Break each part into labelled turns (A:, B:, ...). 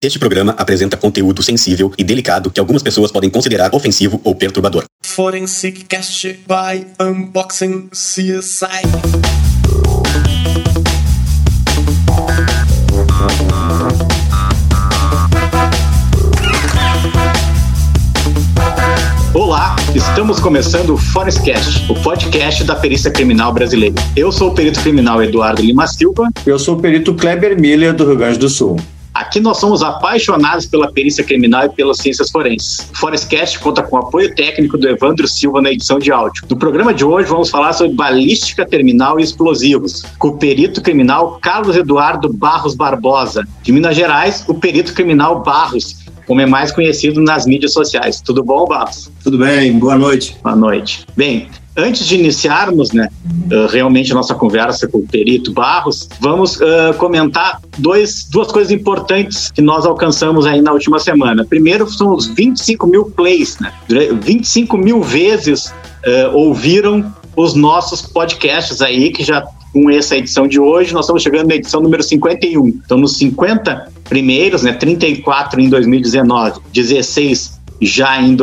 A: Este programa apresenta conteúdo sensível e delicado que algumas pessoas podem considerar ofensivo ou perturbador.
B: Forensic Cast by Unboxing CSI.
C: Olá, estamos começando o Forensic Cast, o podcast da perícia criminal brasileira. Eu sou o perito criminal Eduardo Lima Silva.
D: Eu sou o perito Kleber Miller, do Rio Grande do Sul.
C: Aqui nós somos apaixonados pela perícia criminal e pelas ciências forenses. O Forensic conta com o apoio técnico do Evandro Silva na edição de áudio. No programa de hoje vamos falar sobre balística terminal e explosivos, com o perito criminal Carlos Eduardo Barros Barbosa. De Minas Gerais, o perito criminal Barros, como é mais conhecido nas mídias sociais. Tudo bom, Barros?
D: Tudo bem, boa noite.
C: Boa noite. Bem, antes de iniciarmos, realmente a nossa conversa com o perito Barros, vamos comentar duas coisas importantes que nós alcançamos aí na última semana. Primeiro, são os 25 mil plays, 25 mil vezes ouviram os nossos podcasts aí, que já com essa edição de hoje, nós estamos chegando na edição número 51. Então, nos 50 primeiros, 34 em 2019, 16 já em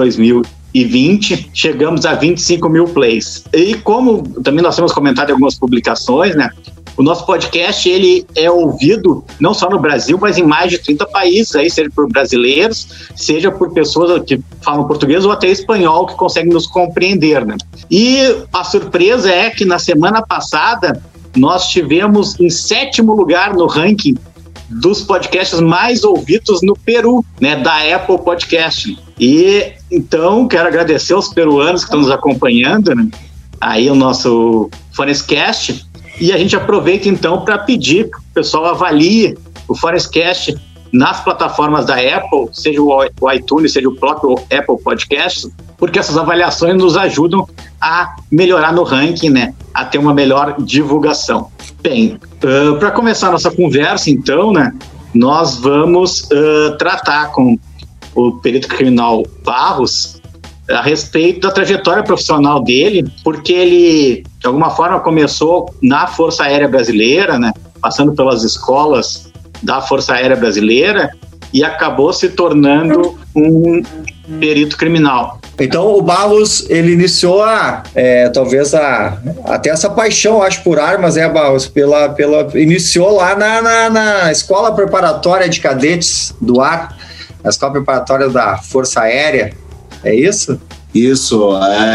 C: 2020, chegamos a 25 mil plays. E como também nós temos comentado em algumas publicações, o nosso podcast ele é ouvido não só no Brasil, mas em mais de 30 países, aí, seja por brasileiros, seja por pessoas que falam português ou até espanhol que conseguem nos compreender. E a surpresa é que na semana passada nós tivemos em 7º lugar no ranking dos podcasts mais ouvidos no Peru, da Apple Podcast. E então quero agradecer aos peruanos que estão nos acompanhando, aí o nosso Forensic. E a gente aproveita então para pedir que o pessoal avalie o Forensic nas plataformas da Apple, seja o iTunes, seja o próprio Apple Podcast, porque essas avaliações nos ajudam a melhorar no ranking, a ter uma melhor divulgação. Bem, para começar a nossa conversa, então, nós vamos tratar com o perito criminal Barros a respeito da trajetória profissional dele, porque ele, de alguma forma, começou na Força Aérea Brasileira, passando pelas escolas da Força Aérea Brasileira e acabou se tornando um perito criminal.
D: Então o Barros, ele iniciou talvez até essa paixão, acho, por armas, Barros, iniciou lá na Escola Preparatória de Cadetes do Ar, a Escola Preparatória da Força Aérea, é isso?
E: Isso,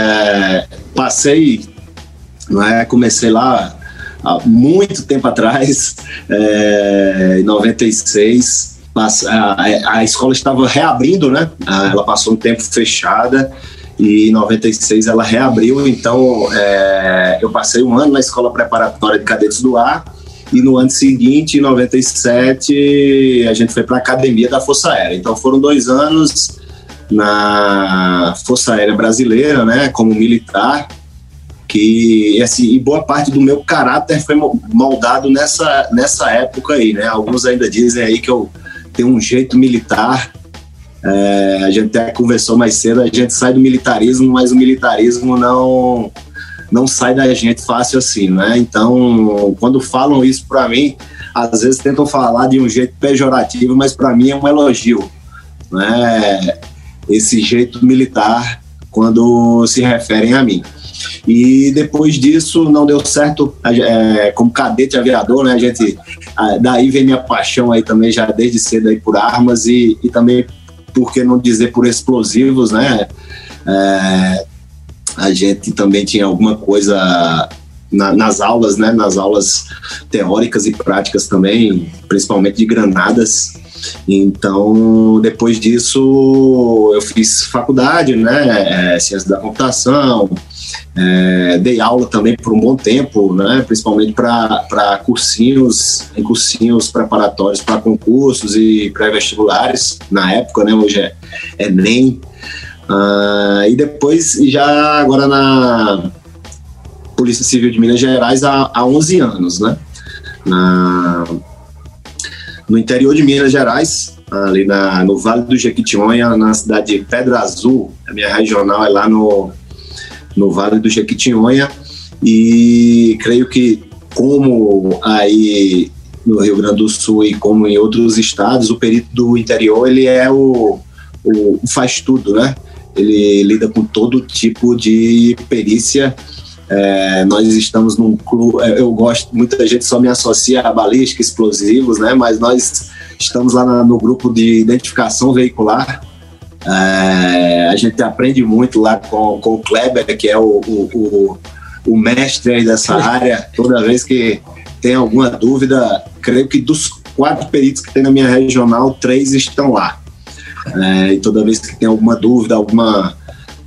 E: passei, comecei lá há muito tempo atrás, em 96, a escola estava reabrindo, ela passou um tempo fechada e em 96 ela reabriu, então eu passei um ano na Escola Preparatória de Cadetes do Ar e no ano seguinte, em 97, a gente foi para a Academia da Força Aérea. Então foram 2 anos na Força Aérea Brasileira, como militar, que e boa parte do meu caráter foi moldado nessa época aí, Alguns ainda dizem aí que eu tenho um jeito militar. A gente até conversou mais cedo, a gente sai do militarismo, mas o militarismo não sai da gente fácil assim, Então, quando falam isso para mim, às vezes tentam falar de um jeito pejorativo, mas para mim é um elogio, esse jeito militar quando se referem a mim. E depois disso não deu certo como cadete aviador, a gente, daí vem minha paixão aí também já desde cedo aí por armas e também, por que não dizer, por explosivos, a gente também tinha alguma coisa nas aulas, nas aulas teóricas e práticas também, principalmente de granadas. Então, depois disso, eu fiz faculdade, ciência da computação, dei aula também por um bom tempo, principalmente para cursinhos preparatórios para concursos e pré-vestibulares, na época, hoje é Enem. E depois, já agora na Polícia Civil de Minas Gerais, há 11 anos, no interior de Minas Gerais, ali no Vale do Jequitinhonha, na cidade de Pedra Azul. A minha regional é lá no Vale do Jequitinhonha, e creio que como aí no Rio Grande do Sul e como em outros estados, o perito do interior, ele é o faz tudo, né? Ele lida com todo tipo de perícia. Nós estamos num clube, eu gosto, muita gente só me associa a balística, explosivos, né? Mas nós estamos lá no grupo de identificação veicular. A gente aprende muito lá com o Kleber, que é o mestre aí dessa área. Toda vez que tem alguma dúvida, creio que dos 4 peritos que tem na minha regional, 3 estão lá. E toda vez que tem alguma dúvida, alguma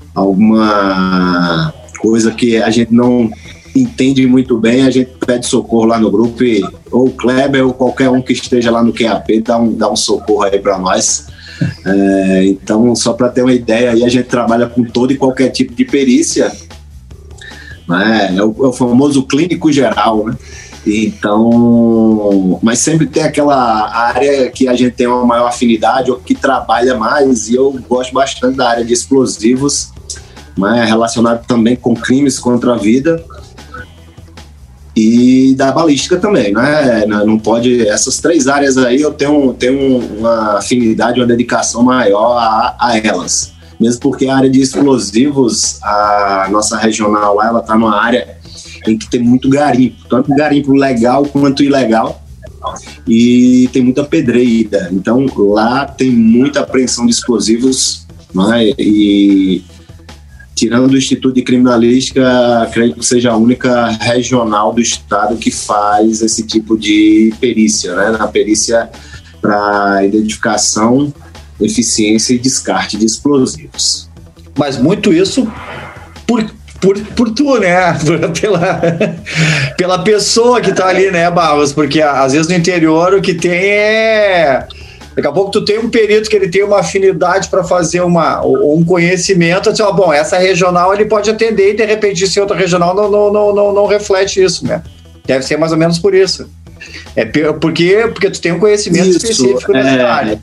E: coisa que a gente não entende muito bem, a gente pede socorro lá no grupo, ou o Kleber ou qualquer um que esteja lá no QAP dá um socorro aí para nós. Então, só para ter uma ideia, aí a gente trabalha com todo e qualquer tipo de perícia, né? É o famoso clínico geral, né? Então, mas sempre tem aquela área que a gente tem uma maior afinidade ou que trabalha mais, e eu gosto bastante da área de explosivos, né? Relacionado também com crimes contra a vida, e da balística também, né? Não pode, essas 3 áreas aí eu tenho uma afinidade, uma dedicação maior a elas, mesmo porque a área de explosivos, a nossa regional lá, ela está numa área em que tem muito garimpo, tanto garimpo legal quanto ilegal, e tem muita pedreira, então lá tem muita apreensão de explosivos, né? E tirando o Instituto de Criminalística, creio que seja a única regional do estado que faz esse tipo de perícia, né? Na perícia para identificação, eficiência e descarte de explosivos.
D: Mas muito isso por tu, né? Pela pessoa que tá ali, né, Barros? Porque às vezes no interior o que tem é... Daqui a pouco tu tem um perito que ele tem uma afinidade para fazer um conhecimento, assim, bom, essa regional ele pode atender, e de repente esse outra regional não reflete isso, né? Deve ser mais ou menos por isso. Porque tu tem um conhecimento específico nessa área.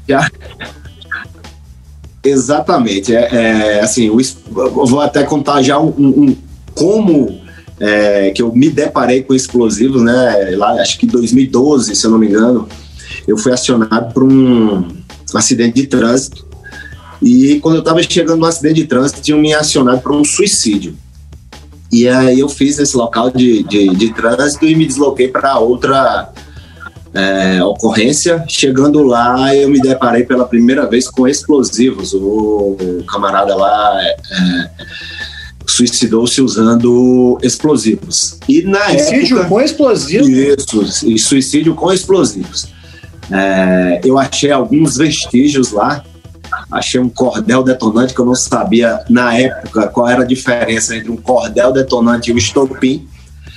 E: Exatamente. Assim, eu vou até contar já como que eu me deparei com explosivos, né? Lá, acho que em 2012, se eu não me engano, eu fui acionado por um acidente de trânsito, e quando eu estava chegando no acidente de trânsito, tinham me acionado para um suicídio. E aí eu fiz esse local de trânsito e me desloquei para outra ocorrência. Chegando lá, eu me deparei pela primeira vez com explosivos. O camarada lá suicidou-se usando explosivos. E na
D: suicídio
E: época,
D: com explosivos?
E: Isso, e suicídio com explosivos. Eu achei alguns vestígios lá. Achei um cordel detonante que eu não sabia na época qual era a diferença entre um cordel detonante e um estopim.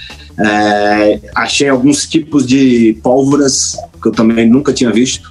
E: Achei alguns tipos de pólvoras que eu também nunca tinha visto.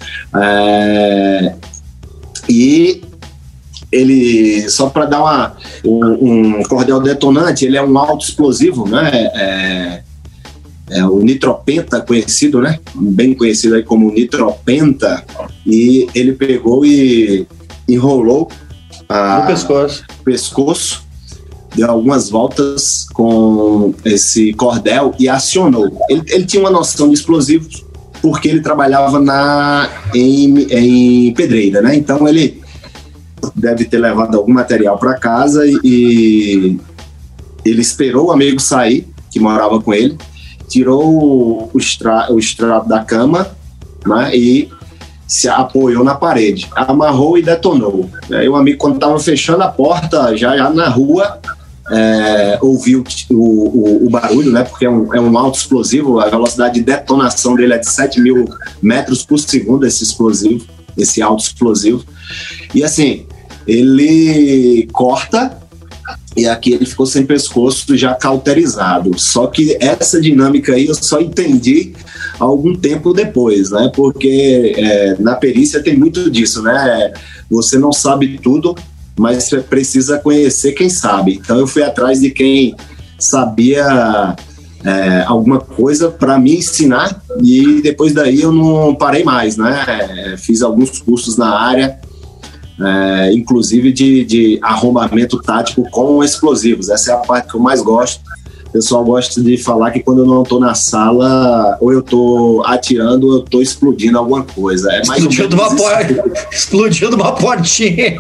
E: E ele, só para dar um cordel detonante, ele é um autoexplosivo, né? O nitropenta, conhecido, né? Bem conhecido aí como nitropenta, e ele pegou e enrolou no pescoço, deu algumas voltas com esse cordel e acionou. Ele tinha uma noção de explosivos porque ele trabalhava em pedreira, né? Então ele deve ter levado algum material para casa e ele esperou o amigo sair, que morava com ele, tirou o extrato da cama, né, e se apoiou na parede, amarrou e detonou. Aí o amigo, quando estava fechando a porta, já na rua, ouviu o barulho, né, porque é um alto explosivo, a velocidade de detonação dele é de 7.000 metros por segundo, esse alto explosivo. E assim, ele corta, e aqui ele ficou sem pescoço, já cauterizado. Só que essa dinâmica aí eu só entendi algum tempo depois, né? Porque na perícia tem muito disso, né? Você não sabe tudo, mas você precisa conhecer quem sabe. Então eu fui atrás de quem sabia alguma coisa para me ensinar, e depois daí eu não parei mais, né? Fiz alguns cursos na área, inclusive de arrombamento tático com explosivos. Essa é a parte que eu mais gosto, pessoal gosta de falar que quando eu não estou na sala, ou eu estou atirando, ou eu estou explodindo alguma coisa. É mais
D: explodiu de uma portinha.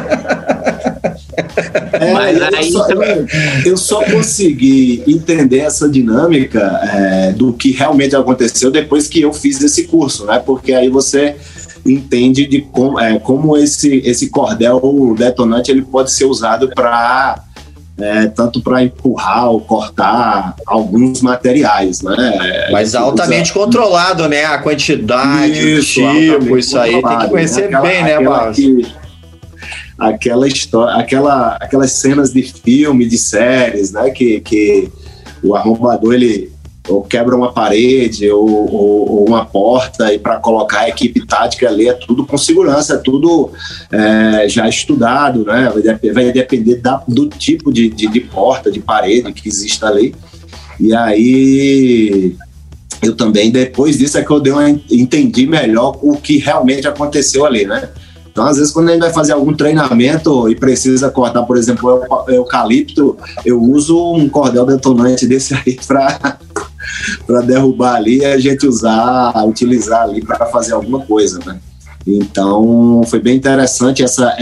C: Mas aí
E: eu só consegui entender essa dinâmica do que realmente aconteceu depois que eu fiz esse curso, né? Porque aí você entende de como esse cordel detonante ele pode ser usado para tanto para empurrar ou cortar alguns materiais, né?
D: Mas altamente controlado, né? A quantidade, o tipo, isso aí tem que conhecer bem, né, Barros?
E: Aquela história, aquelas cenas de filme, de séries, né? Que o arrombador ele ou quebra uma parede ou uma porta, e para colocar a equipe tática ali é tudo com segurança, é tudo já estudado, né? Vai depender do tipo de porta, de parede que existe ali. E aí eu também, depois disso, é que eu entendi melhor o que realmente aconteceu ali, né? Então, às vezes, quando a gente vai fazer algum treinamento e precisa cortar, por exemplo, o eucalipto, eu uso um cordel detonante desse aí para derrubar ali e a gente utilizar ali para fazer alguma coisa, né? Então, foi bem interessante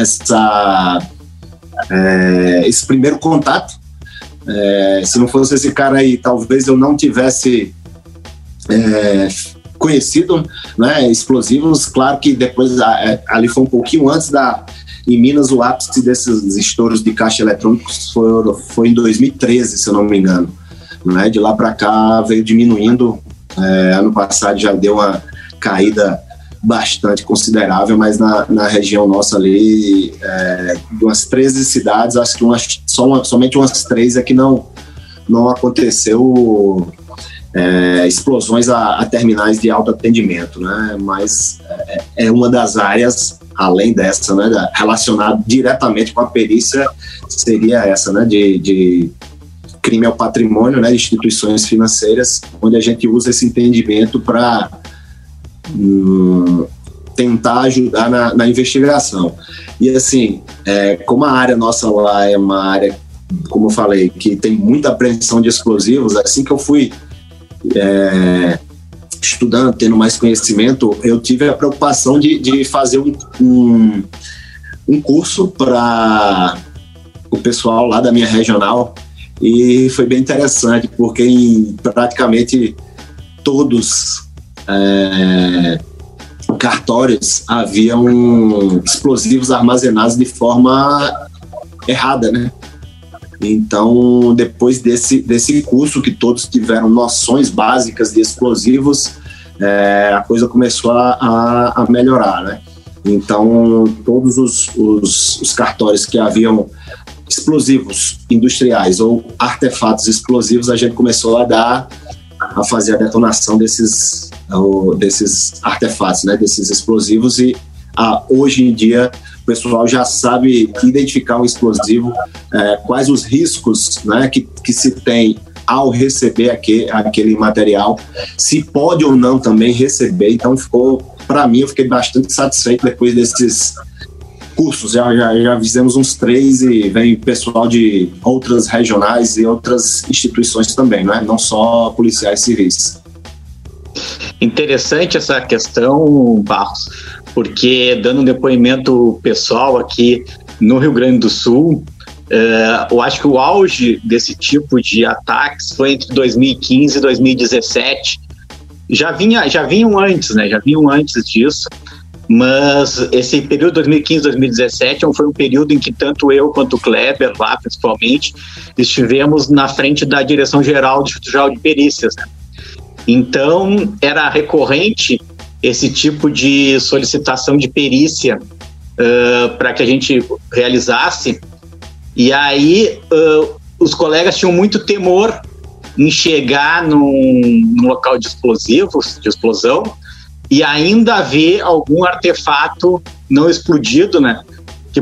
E: esse primeiro contato. Se não fosse esse cara aí, talvez eu não tivesse conhecido, né, explosivos. Claro que depois ali foi um pouquinho antes em Minas, o ápice desses estouros de caixa eletrônicos foi em 2013, se eu não me engano, né? De lá para cá veio diminuindo. Ano passado já deu uma caída bastante considerável, mas na região nossa ali, de umas 13 cidades, acho que somente umas 3 é que não aconteceu explosões a terminais de autoatendimento, né? Mas é uma das áreas, além dessa, né, relacionada diretamente com a perícia, seria essa, né, de crime ao patrimônio, né, de instituições financeiras, onde a gente usa esse entendimento para tentar ajudar na investigação. E assim, como a área nossa lá é uma área, como eu falei, que tem muita apreensão de explosivos, assim que eu fui estudando, tendo mais conhecimento, eu tive a preocupação de fazer um curso para o pessoal lá da minha regional, e foi bem interessante, porque em praticamente todos cartórios haviam explosivos armazenados de forma errada, né? Então, depois desse curso, que todos tiveram noções básicas de explosivos, a coisa começou a melhorar, né? Então, todos os cartórios que haviam explosivos industriais ou artefatos explosivos, a gente começou a fazer a detonação desses artefatos, né? Desses explosivos, e hoje em dia o pessoal já sabe identificar um explosivo, quais os riscos, né, que se tem ao receber aquele material, se pode ou não também receber. Então, para mim, eu fiquei bastante satisfeito depois desses cursos. Já fizemos uns 3 e vem pessoal de outras regionais e outras instituições também, né? Não só policiais civis.
C: Interessante essa questão, Barros, porque dando um depoimento pessoal aqui no Rio Grande do Sul, eu acho que o auge desse tipo de ataques foi entre 2015 e 2017. Já vinham antes, né? Já vinham antes disso, mas esse período 2015-2017 foi um período em que tanto eu quanto o Kleber, lá principalmente, estivemos na frente da Direção-Geral do Instituto Geral de Perícias, né? Então, era recorrente esse tipo de solicitação de perícia para que a gente realizasse. E aí, os colegas tinham muito temor em chegar num local de explosivos, de explosão, e ainda haver algum artefato não explodido, né, que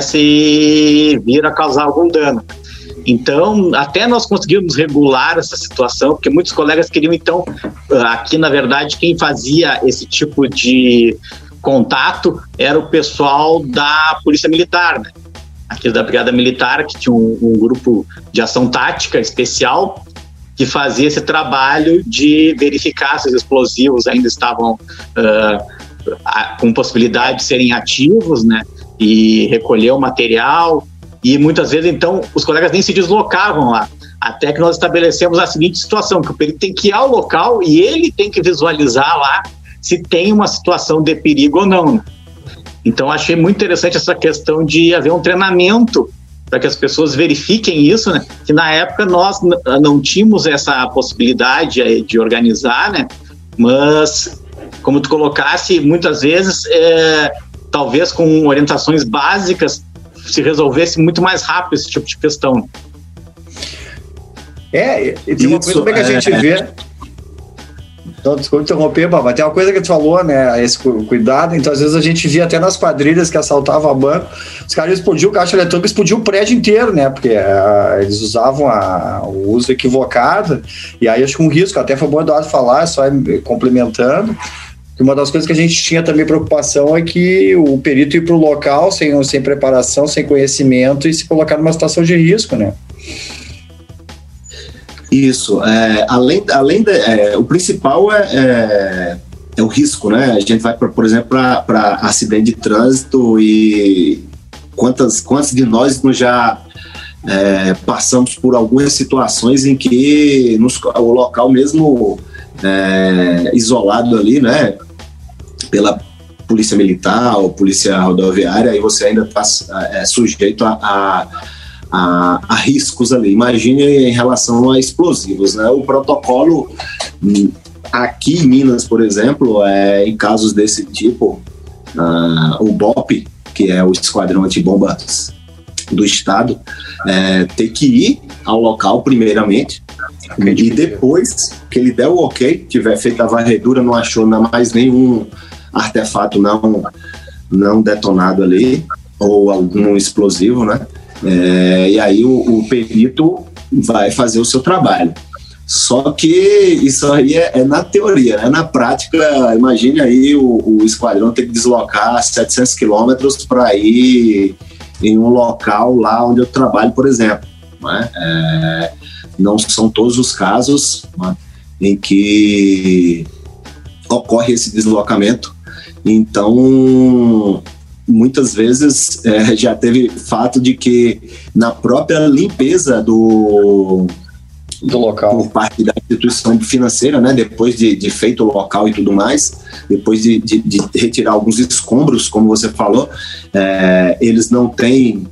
C: pudesse vir a causar algum dano. Então, até nós conseguimos regular essa situação, porque muitos colegas queriam, então, aqui, na verdade, quem fazia esse tipo de contato era o pessoal da Polícia Militar, né? Aqui da Brigada Militar, que tinha um grupo de ação tática especial, que fazia esse trabalho de verificar se os explosivos ainda estavam com possibilidade de serem ativos, né? E recolher o material. E muitas vezes, então, os colegas nem se deslocavam lá. Até que nós estabelecemos a seguinte situação, que o perito tem que ir ao local e ele tem que visualizar lá se tem uma situação de perigo ou não. Então, achei muito interessante essa questão de haver um treinamento para que as pessoas verifiquem isso, né? Que na época nós não tínhamos essa possibilidade de organizar, né? Mas, como tu colocasse, muitas vezes, talvez com orientações básicas, se resolvesse muito mais rápido esse tipo de questão.
D: E tem uma coisa também que a gente vê. Então, desculpa interromper, mas tem uma coisa que tu falou, né? Esse cuidado. Então, às vezes a gente via até nas quadrilhas que assaltavam a banco, os caras explodiam o caixa eletrônico, explodiam o prédio inteiro, né? Porque eles usavam o uso equivocado. E aí acho que um risco, até foi bom o Eduardo falar, só complementando. Uma das coisas que a gente tinha também preocupação é que o perito ir para o local sem preparação, sem conhecimento e se colocar numa situação de risco, né?
E: Isso. O principal é o risco, né? A gente vai, por exemplo, para acidente de trânsito e quantos de nós já passamos por algumas situações em que o local mesmo isolado ali, né? Pela polícia militar ou polícia rodoviária, aí você ainda está sujeito a riscos ali. Imagine em relação a explosivos, né? O protocolo aqui em Minas, por exemplo, em casos desse tipo, o BOP, que é o Esquadrão Antibombas do Estado, tem que ir ao local primeiramente, e depois que ele der o ok, tiver feito a varredura, não achou mais nenhum artefato não detonado ali, ou algum explosivo, né? E aí o perito vai fazer o seu trabalho. Só que isso aí é na teoria, né? Na prática, imagine aí o esquadrão ter que deslocar 700 quilômetros para ir em um local lá onde eu trabalho, por exemplo, né? Não são todos os casos, né, em que ocorre esse deslocamento. Então, muitas vezes já teve fato de que na própria limpeza do local, por parte da instituição financeira, né, depois de feito o local e tudo mais, depois de retirar alguns escombros, como você falou, eles não têm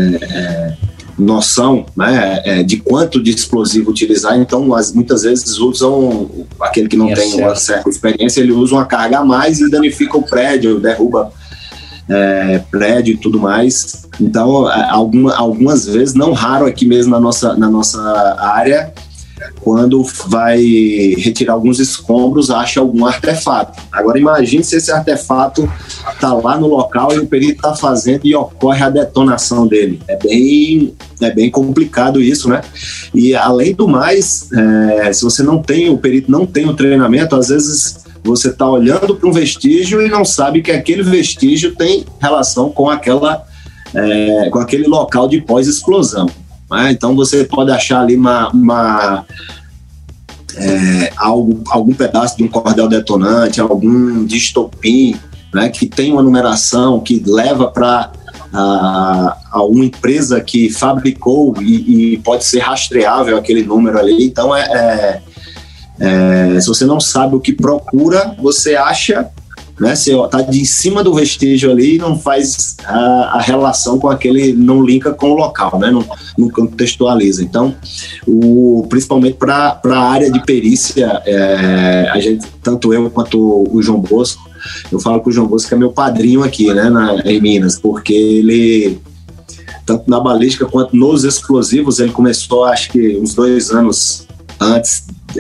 E: noção, né, de quanto de explosivo utilizar, então muitas vezes usam, aquele que não tem uma certa experiência, ele usa uma carga a mais e danifica o prédio, derruba prédio e tudo mais. Então, algumas vezes, não raro aqui mesmo na nossa área, quando vai retirar alguns escombros, acha algum artefato. Agora imagine se esse artefato está lá no local e o perito está fazendo e ocorre a detonação dele. É bem complicado isso, né? E além do mais, se você o perito não tem o treinamento, às vezes você está olhando para um vestígio e não sabe que aquele vestígio tem relação com com aquele local de pós-explosão. Então você pode achar ali algum pedaço de um cordel detonante, algum de estopim, né, que tem uma numeração que leva para uma empresa que fabricou e pode ser rastreável aquele número ali. Então se você não sabe o que procura, você acha, né, você está em cima do vestígio ali e não faz a relação com aquele, não linka com o local, né, não contextualiza. Então, principalmente para a área de perícia, a gente, tanto eu quanto o João Bosco, eu falo que o João Bosco é meu padrinho aqui, né, em Minas, porque ele, tanto na balística quanto nos explosivos, ele começou, acho que uns 2 anos antes,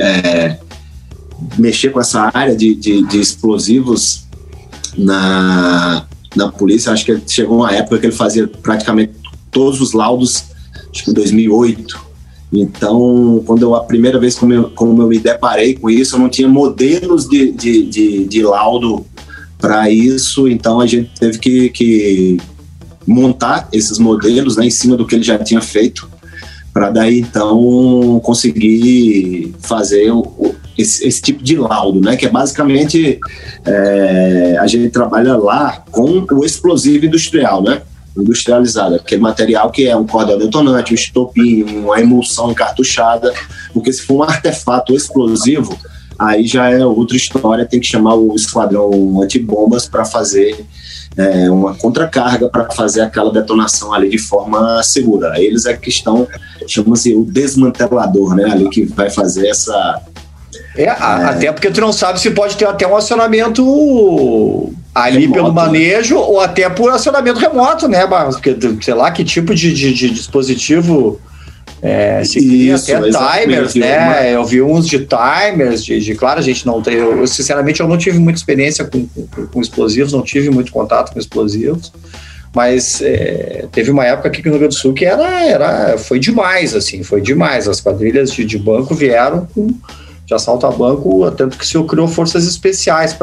E: mexer com essa área de explosivos na polícia. Acho que chegou uma época que ele fazia praticamente todos os laudos, acho que em 2008. Então, a primeira vez como eu me deparei com isso, eu não tinha modelos de laudo para isso, então a gente teve que montar esses modelos, né, em cima do que ele já tinha feito, para daí então conseguir fazer esse tipo de laudo, né? Que é basicamente a gente trabalha lá com o explosivo industrial, né? Industrializado, aquele material que é um cordel detonante, um estopim, uma emulsão encartuchada, porque se for um artefato explosivo, aí já é outra história, tem que chamar o esquadrão antibombas para fazer uma contracarga, para fazer aquela detonação ali de forma segura. Eles é que estão, chama-se o desmantelador, né? Ali que vai fazer essa...
D: Até porque tu não sabe se pode ter até um acionamento ali remoto, pelo manejo, né? Ou até por acionamento remoto, né, Barros? Porque sei lá que tipo de dispositivo se cria, até timers, né? Eu vi uns de timers, claro, a gente não tem. Eu sinceramente eu não tive muita experiência com explosivos, não tive muito contato com explosivos. Mas teve uma época aqui no Rio Grande do Sul que foi demais, assim, foi demais. As quadrilhas de banco vieram de assalto a banco, tanto que se criou forças especiais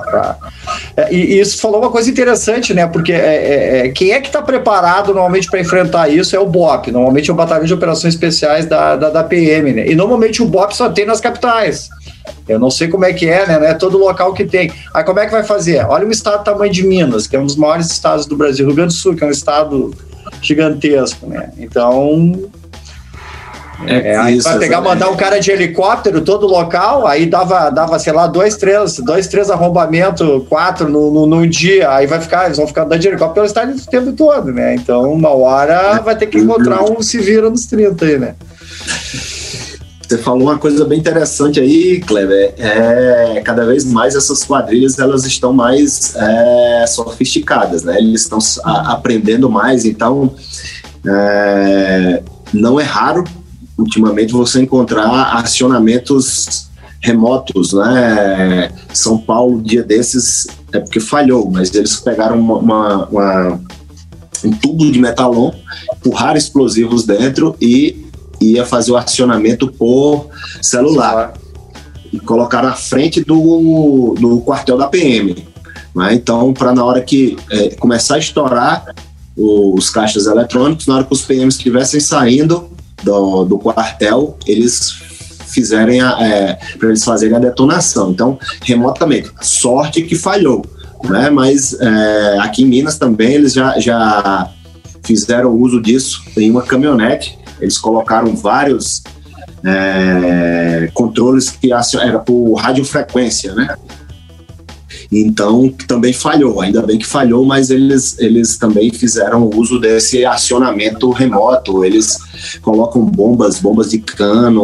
D: e isso falou uma coisa interessante, né? Porque quem é que está preparado normalmente para enfrentar isso é o BOP, normalmente é o Batalhão de Operações Especiais da PM, né? E normalmente o BOP só tem nas capitais. Eu não sei como é que né? Não é todo local que tem. Aí como é que vai fazer? Olha um estado do tamanho de Minas, que é um dos maiores estados do Brasil, Rio Grande do Sul, que é um estado gigantesco, né? Então... aí vai pegar, mandar um cara de helicóptero todo local, aí dava sei lá, 2, 3 arrombamentos, 4 num dia, aí eles vão ficar andando de helicóptero pelo estádio o tempo todo, né? Então, uma hora vai ter que encontrar um se vira nos 30 aí, né?
E: Você falou uma coisa bem interessante aí, Kleber. Cada vez mais essas quadrilhas elas estão mais sofisticadas, né? Eles estão aprendendo mais, então não é raro ultimamente você encontrar acionamentos remotos, né? São Paulo, dia desses, porque falhou, mas eles pegaram um tubo de metalon, empurraram explosivos dentro e ia fazer o acionamento por celular e colocar na frente do quartel da PM, né? Então, para na hora que começar a estourar os caixas eletrônicos, na hora que os PMs estivessem saindo do quartel, eles fizerem para eles fazerem a detonação. Então, remotamente, sorte que falhou, né? Mas aqui em Minas também eles já fizeram uso disso em uma caminhonete. Eles colocaram vários controles que era por radiofrequência, né? Então, também falhou, ainda bem que falhou, mas eles também fizeram uso desse acionamento remoto. Eles colocam bombas de cano,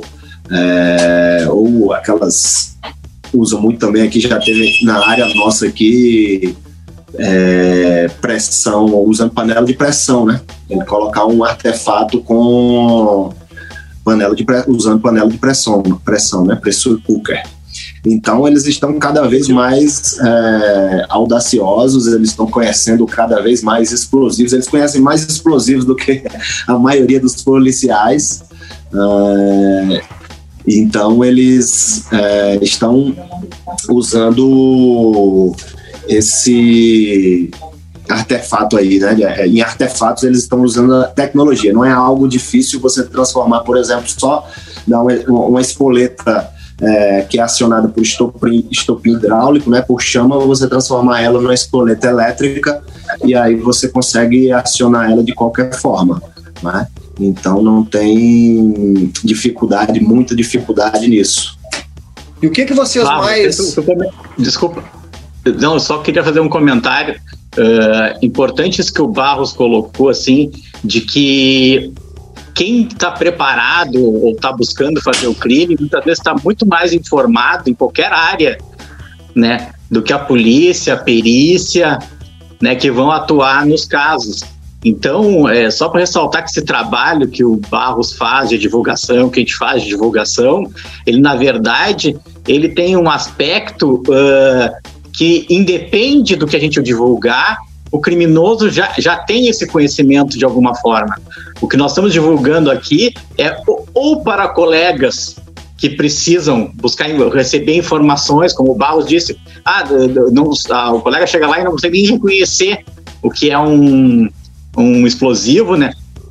E: ou aquelas... Usam muito também aqui, já teve na área nossa aqui, pressão, usando panela de pressão, né? Ele colocar um artefato com usando panela de pressão, né? Pressure cooker. Então, eles estão cada vez mais audaciosos, eles estão conhecendo cada vez mais explosivos, eles conhecem mais explosivos do que a maioria dos policiais. Então, eles estão usando esse artefato aí, né? Em artefatos, eles estão usando a tecnologia. Não é algo difícil você transformar, por exemplo, só uma espoleta que é acionada por estopim hidráulico, né, por chama, você transformar ela numa espoleta elétrica e aí você consegue acionar ela de qualquer forma, né? Então não tem muita dificuldade nisso.
D: E o que vocês mais...
C: Desculpa, não, eu só queria fazer um comentário importante, isso que o Barros colocou, assim, de que quem está preparado ou está buscando fazer o crime, muitas vezes está muito mais informado em qualquer área, né, do que a polícia, a perícia, né, que vão atuar nos casos. Então, só para ressaltar que esse trabalho que o Barros faz de divulgação, que a gente faz de divulgação, ele, na verdade, ele tem um aspecto que independe do que a gente divulgar, o criminoso já tem esse conhecimento de alguma forma. O que nós estamos divulgando aqui é ou para colegas que precisam receber informações, como o Barros disse, o colega chega lá e não consegue nem reconhecer o que é um explosivo, né?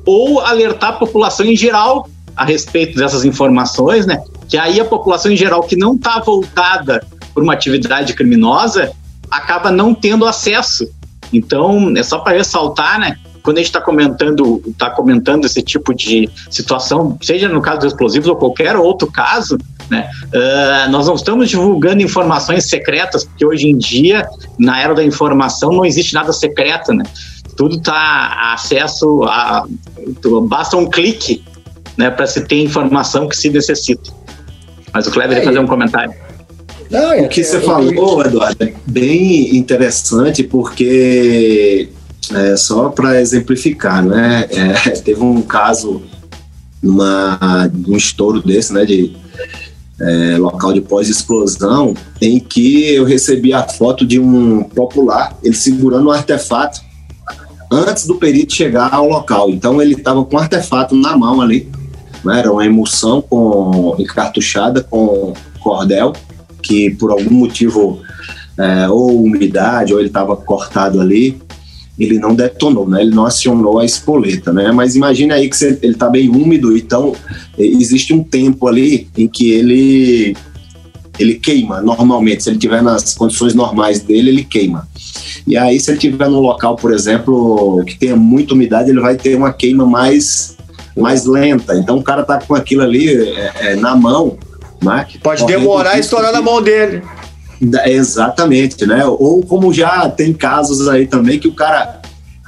C: ou alertar a população em geral a respeito dessas informações, né? Que aí a população em geral que não está voltada por uma atividade criminosa acaba não tendo acesso. Então, é só para ressaltar, né? Quando a gente está comentando esse tipo de situação, seja no caso dos explosivos ou qualquer outro caso, né, nós não estamos divulgando informações secretas, porque hoje em dia, na era da informação, não existe nada secreto, né? Tudo está acesso a... Basta um clique, né, para se ter informação que se necessita. Mas o Kleber ia fazer um comentário.
E: Não, o que você falou, Eduardo, é bem interessante, porque... só para exemplificar, né? Teve um caso um estouro desse, né? De local de pós-explosão, em que eu recebi a foto de um popular, ele segurando um artefato antes do perito chegar ao local. Então ele estava com um artefato na mão ali, né? Era uma emulsão encartuchada com cordel, que por algum motivo, ou umidade, ou ele estava cortado ali, ele não detonou, né? Ele não acionou a espoleta, né? Mas imagine aí que ele está bem úmido, então existe um tempo ali em que ele queima normalmente. Se ele estiver nas condições normais dele, ele queima. E aí, se ele estiver num local, por exemplo, que tenha muita umidade, ele vai ter uma queima mais lenta. Então o cara está com aquilo ali na mão, né?
D: Pode demorar a estourar na mão dele.
E: Exatamente, né? Ou como já tem casos aí também que o cara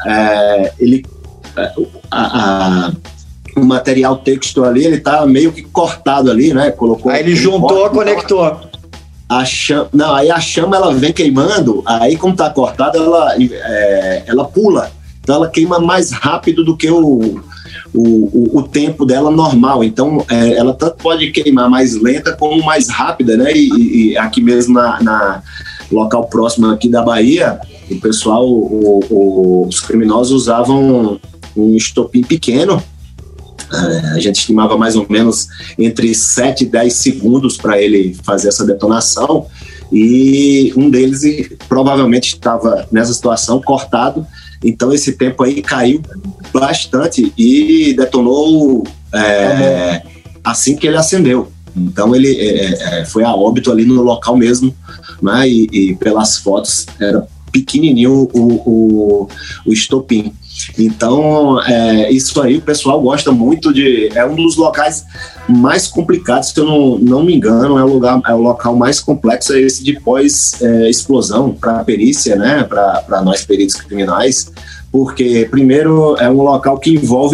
E: o material texto ali, ele tá meio que cortado ali, né? Colocou,
D: aí ele juntou, conectou.
E: Aí a chama ela vem queimando, aí como tá cortada, ela pula, então ela queima mais rápido do que o tempo dela normal. Então ela tanto pode queimar mais lenta como mais rápida, né? E aqui mesmo na local próximo aqui da Bahia, o pessoal, os criminosos usavam um estopim pequeno. A gente estimava mais ou menos entre 7 e 10 segundos para ele fazer essa detonação, e um deles provavelmente estava nessa situação cortado. Então esse tempo aí caiu bastante e detonou assim que ele acendeu. Então ele foi a óbito ali no local mesmo, né? E pelas fotos era pequenininho o estopim. Então isso aí o pessoal gosta muito é um dos locais mais complicados, se eu não me engano, é o local mais complexo, é esse de pós-explosão para a perícia, né? Para nós peritos criminais, porque primeiro é um local que envolve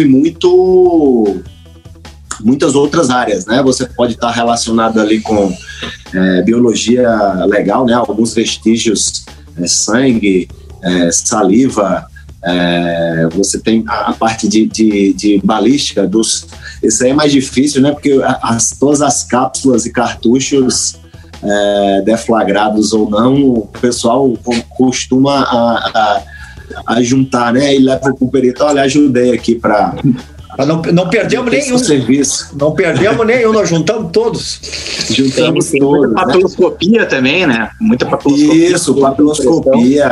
E: muitas outras áreas, né? Você pode estar relacionado ali com biologia legal, né? Alguns vestígios, sangue, saliva, você tem a parte de balística isso aí é mais difícil, né? Porque todas as cápsulas e cartuchos deflagrados ou não, o pessoal costuma a juntar, né? E leva para o perito, olha, ajudei aqui para...
D: Não perdemos nenhum. Não perdemos nenhum, nós juntamos todos.
C: Juntamos tem todos. Muita papiloscopia, né? Também, né? Muita papiloscopia.
E: Isso, papiloscopia.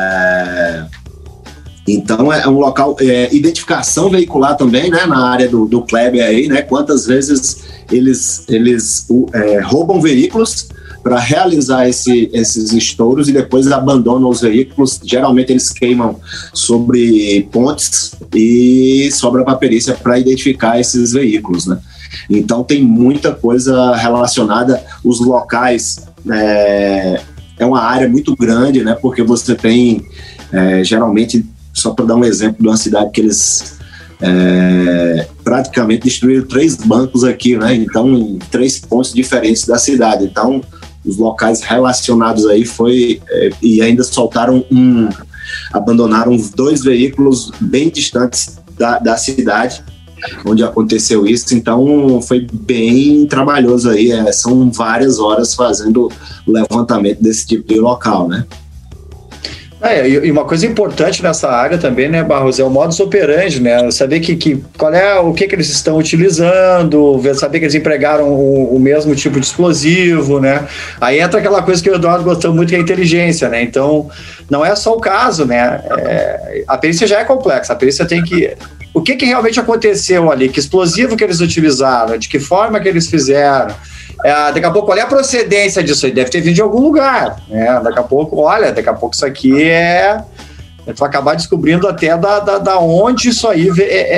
E: Então é um local, identificação veicular também, né? Na área do Kleber aí, né? Quantas vezes eles roubam veículos para realizar esses estouros e depois abandonam os veículos. Geralmente eles queimam sobre pontes e sobra para a perícia para identificar esses veículos, né? Então tem muita coisa relacionada. Os locais é uma área muito grande, né? Porque você tem geralmente, só para dar um exemplo de uma cidade que eles praticamente destruíram 3 bancos aqui, né? Então em 3 pontos diferentes da cidade. Então os locais relacionados aí e ainda abandonaram 2 veículos bem distantes da cidade onde aconteceu isso. Então foi bem trabalhoso aí, são várias horas fazendo o levantamento desse tipo de local, né?
D: E uma coisa importante nessa área também, né, Barros, é o modus operandi, né? Saber o que eles estão utilizando, saber que eles empregaram o mesmo tipo de explosivo, né? Aí entra aquela coisa que o Eduardo gostou muito, que é a inteligência, né? Então, não é só o caso, né? A perícia já é complexa, a perícia tem que... que realmente aconteceu ali, que explosivo que eles utilizaram, de que forma que eles fizeram. Daqui a pouco, qual é a procedência disso aí? Deve ter vindo de algum lugar, né? Daqui a pouco isso aqui tu vai acabar descobrindo até da onde isso aí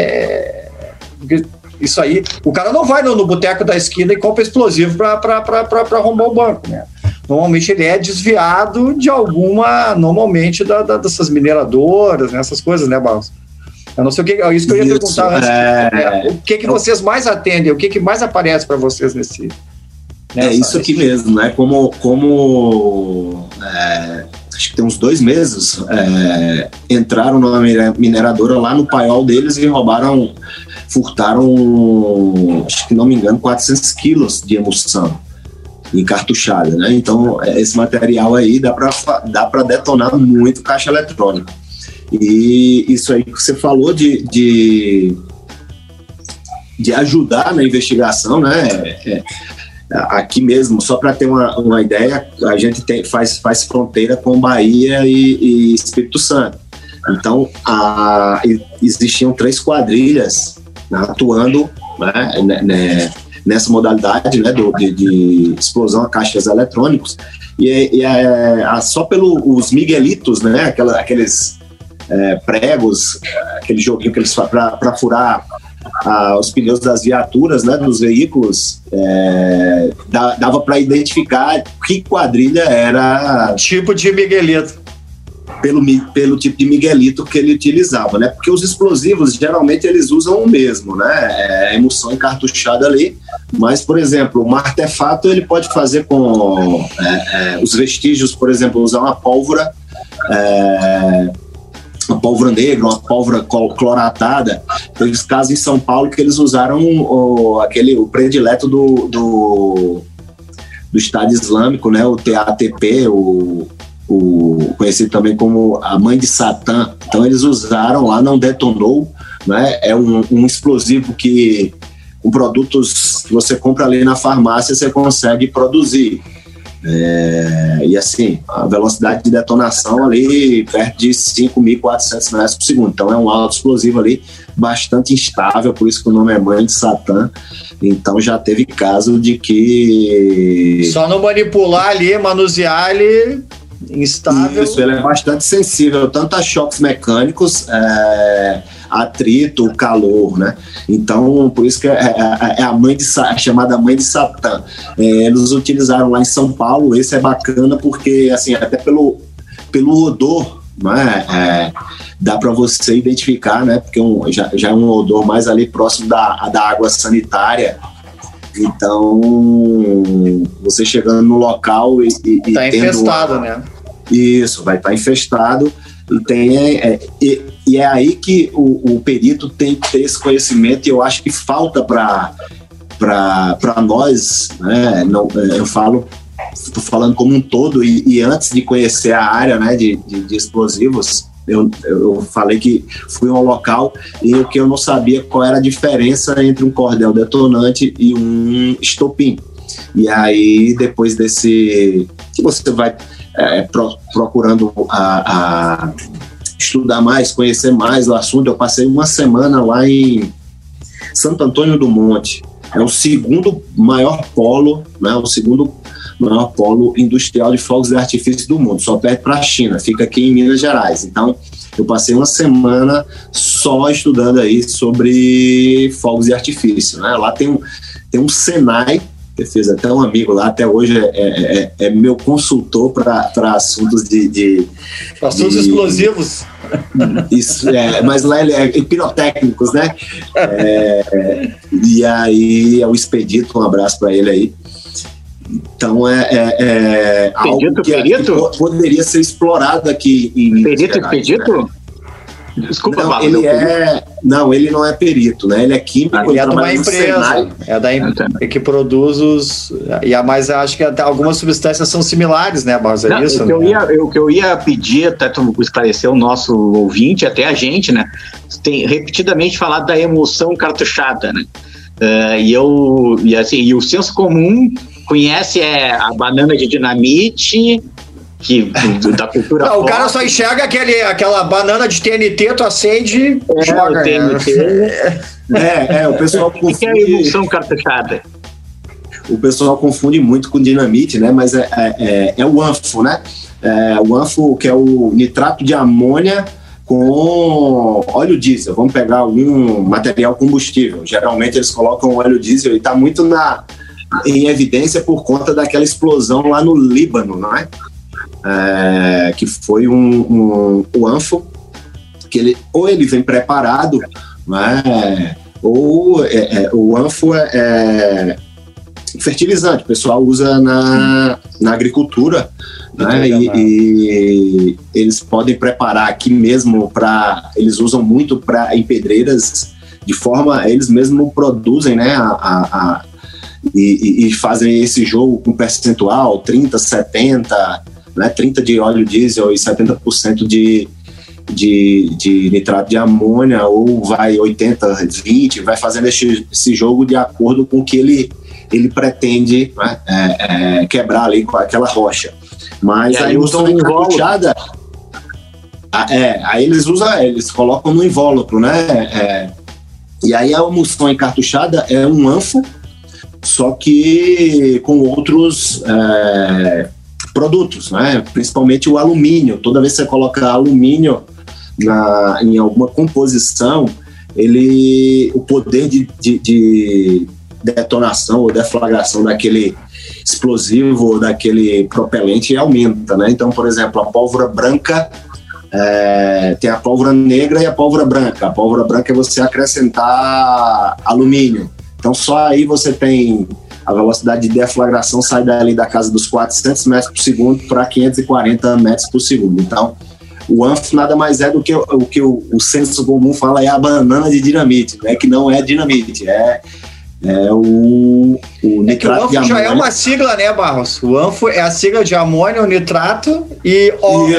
D: isso aí, o cara não vai no boteco da esquina e compra explosivo para arrombar o banco, né? Normalmente ele é desviado de normalmente dessas mineradoras, né? Essas coisas, né, Barros? Eu não sei é isso que eu ia perguntar antes. O que vocês mais atendem? O que mais aparece para vocês nesse...
E: Isso aqui mesmo, né? Acho que tem uns 2 meses, entraram numa mineradora lá no paiol deles e furtaram, acho que não me engano, 400 quilos de emulsão encartuchada, né? Então, esse material aí dá para detonar muito caixa eletrônica. E isso aí que você falou de ajudar na investigação, né? Aqui mesmo, só para ter uma ideia, a gente faz fronteira com Bahia e Espírito Santo. Então, existiam 3 quadrilhas, né, atuando, né, nessa modalidade, né, de explosão a caixas eletrônicos. E só pelos miguelitos, né, aqueles pregos, aquele joguinho que eles fazem para furar os pneus das viaturas, né, dos veículos, dava para identificar que quadrilha era...
D: Tipo de miguelito.
E: Pelo tipo de miguelito que ele utilizava, né? Porque os explosivos, geralmente, eles usam o mesmo, né? Emulsão encartuchada ali, mas, por exemplo, um artefato ele pode fazer com os vestígios, por exemplo, usar uma pólvora negra, uma pólvora cloratada. Teve casos em São Paulo que eles usaram o predileto do Estado Islâmico, né? O TATP, o conhecido também como a mãe de Satã. Então eles usaram lá, não detonou, né? É um explosivo que com produtos que você compra ali na farmácia você consegue produzir. E assim, a velocidade de detonação ali perto de 5.400 metros por segundo. Então é um alto explosivo ali, bastante instável, por isso que o nome é mãe de Satã. Então já teve caso de que...
D: Só não manipular ali, manusear ele... instável.
E: Isso, ele é bastante sensível tanto a choques mecânicos, atrito, calor, né? Então, por isso que é a chamada mãe de Satã. Eles utilizaram lá em São Paulo. Esse é bacana porque, assim, até pelo odor, né? Dá para você identificar, né? Porque já é um odor mais ali próximo da água sanitária. Então, você chegando no local e
D: tá infestado, né?
E: Isso, vai estar infestado. E é aí que o perito tem que ter esse conhecimento, e eu acho que falta para nós, né? Não, estou falando como um todo, e antes de conhecer a área, né, de explosivos, eu falei que fui ao local e o que eu não sabia qual era a diferença entre um cordel detonante e um estopim. E aí, depois desse... que você vai procurando estudar mais, conhecer mais o assunto. Eu passei uma semana lá em Santo Antônio do Monte. É o segundo maior polo, né? O segundo maior polo industrial de fogos de artifício do mundo, só perto para a China, fica aqui em Minas Gerais. Então, eu passei uma semana só estudando aí sobre fogos de artifício, né? Lá tem um Senai, eu fiz até um amigo lá, até hoje é meu consultor para assuntos
D: assuntos explosivos.
E: Isso, mas lá ele é pirotécnicos, né? E aí é o Expedito, um abraço para ele aí. Então algo que poderia ser explorado aqui em Minas Gerais.
C: Expedito?
E: Né?
C: Desculpa,
E: não, ele não é perito, né? Ele é químico.
D: Ele é de uma empresa, que produz mas acho que até algumas substâncias são similares, né, Barros? Isso?
C: O que eu ia pedir, até tu esclarecer o nosso ouvinte, até a gente, né? Tem repetidamente falado da emulsão cartuchada, né? E o senso comum conhece a banana de dinamite da cultura
D: não, o cara só enxerga aquela banana de TNT, tu acende e joga.
C: TNT.
E: O pessoal confunde...
C: O que é a emulsão cartuchada?
E: O pessoal confunde muito com dinamite, né? Mas é o ANFO, né? O ANFO, que é o nitrato de amônia com óleo diesel. Vamos pegar algum material combustível. Geralmente eles colocam óleo diesel e está muito em evidência por conta daquela explosão lá no Líbano, não é? Que foi o ANFO, que ele vem preparado, né? Ou o ANFO é fertilizante, o pessoal usa na agricultura, né? E eles podem preparar aqui mesmo eles usam muito em pedreiras, de forma, eles mesmos produzem, né? E fazem esse jogo com percentual, 30, 70, né? 30 de óleo diesel e 70% de nitrato de amônia, ou vai 80, 20, vai fazendo esse jogo de acordo com o que ele pretende, né, quebrar ali com aquela rocha. Mas a emulsão encartuchada, aí eles colocam no invólucro, né? E aí a emulsão encartuchada é um ANFO, só que com outros produtos, né? Principalmente o alumínio. Toda vez que você coloca alumínio em alguma composição, o poder de detonação ou deflagração daquele explosivo ou daquele propelente aumenta, né? Então, por exemplo, a pólvora branca, tem a pólvora negra e a pólvora branca. A pólvora branca é você acrescentar alumínio. Então, só aí você tem a velocidade de deflagração, sai dali da casa dos 400 metros por segundo para 540 metros por segundo. Então, o ANFO nada mais é do que o que o senso comum fala, é a banana de dinamite, né? Que não é dinamite, o nitrato de amônia. O ANFO já
D: é uma sigla, né, Barros? O ANFO é a sigla de amônio, nitrato e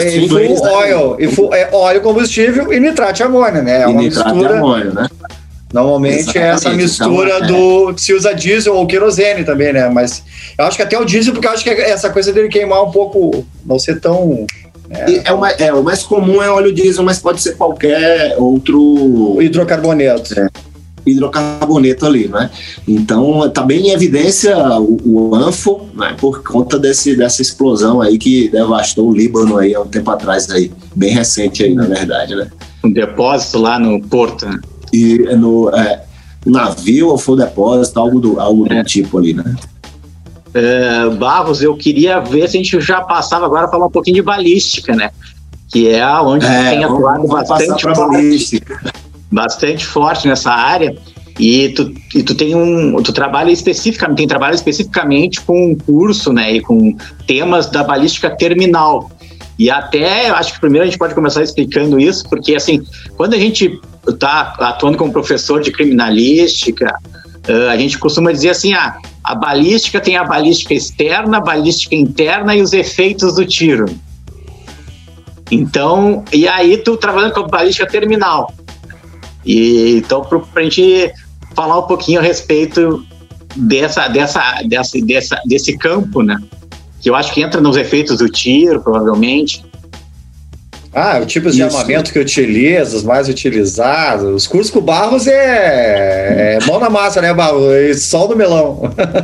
D: óleo combustível e nitrato de amônia, né? É uma
E: nitrato
D: mistura.
E: De amônio, né?
D: Normalmente é essa mistura que se usa diesel ou querosene também, né? Mas eu acho que até o diesel, porque eu acho que essa coisa dele queimar um pouco, não ser tão...
E: O mais comum é óleo diesel, mas pode ser qualquer outro...
D: Hidrocarboneto.
E: Hidrocarboneto ali, né? Então está bem em evidência o ANFO, né? Por conta dessa explosão aí que devastou o Líbano aí há um tempo atrás aí, bem recente aí, na verdade, né?
C: Um depósito lá no porto, né?
E: E no navio ou foi depósito, algo do tipo ali, né?
C: Barros, eu queria ver se a gente já passava agora a falar um pouquinho de balística, né? Que é onde tem atuado bastante forte nessa área. E tu trabalha especificamente com um curso, né? E com temas da balística terminal. E até, acho que primeiro a gente pode começar explicando isso, porque assim, quando a gente está atuando como professor de criminalística, a gente costuma dizer assim, a balística tem a balística externa, a balística interna e os efeitos do tiro. Então, e aí tu trabalhando com a balística terminal. E então, pra gente falar um pouquinho a respeito desse campo, né? Que eu acho que entra nos efeitos do tiro, provavelmente.
D: Os tipos de armamento que utiliza, os mais utilizados. Os cursos com o Barros é mão na massa, né, Barros? E sol do melão.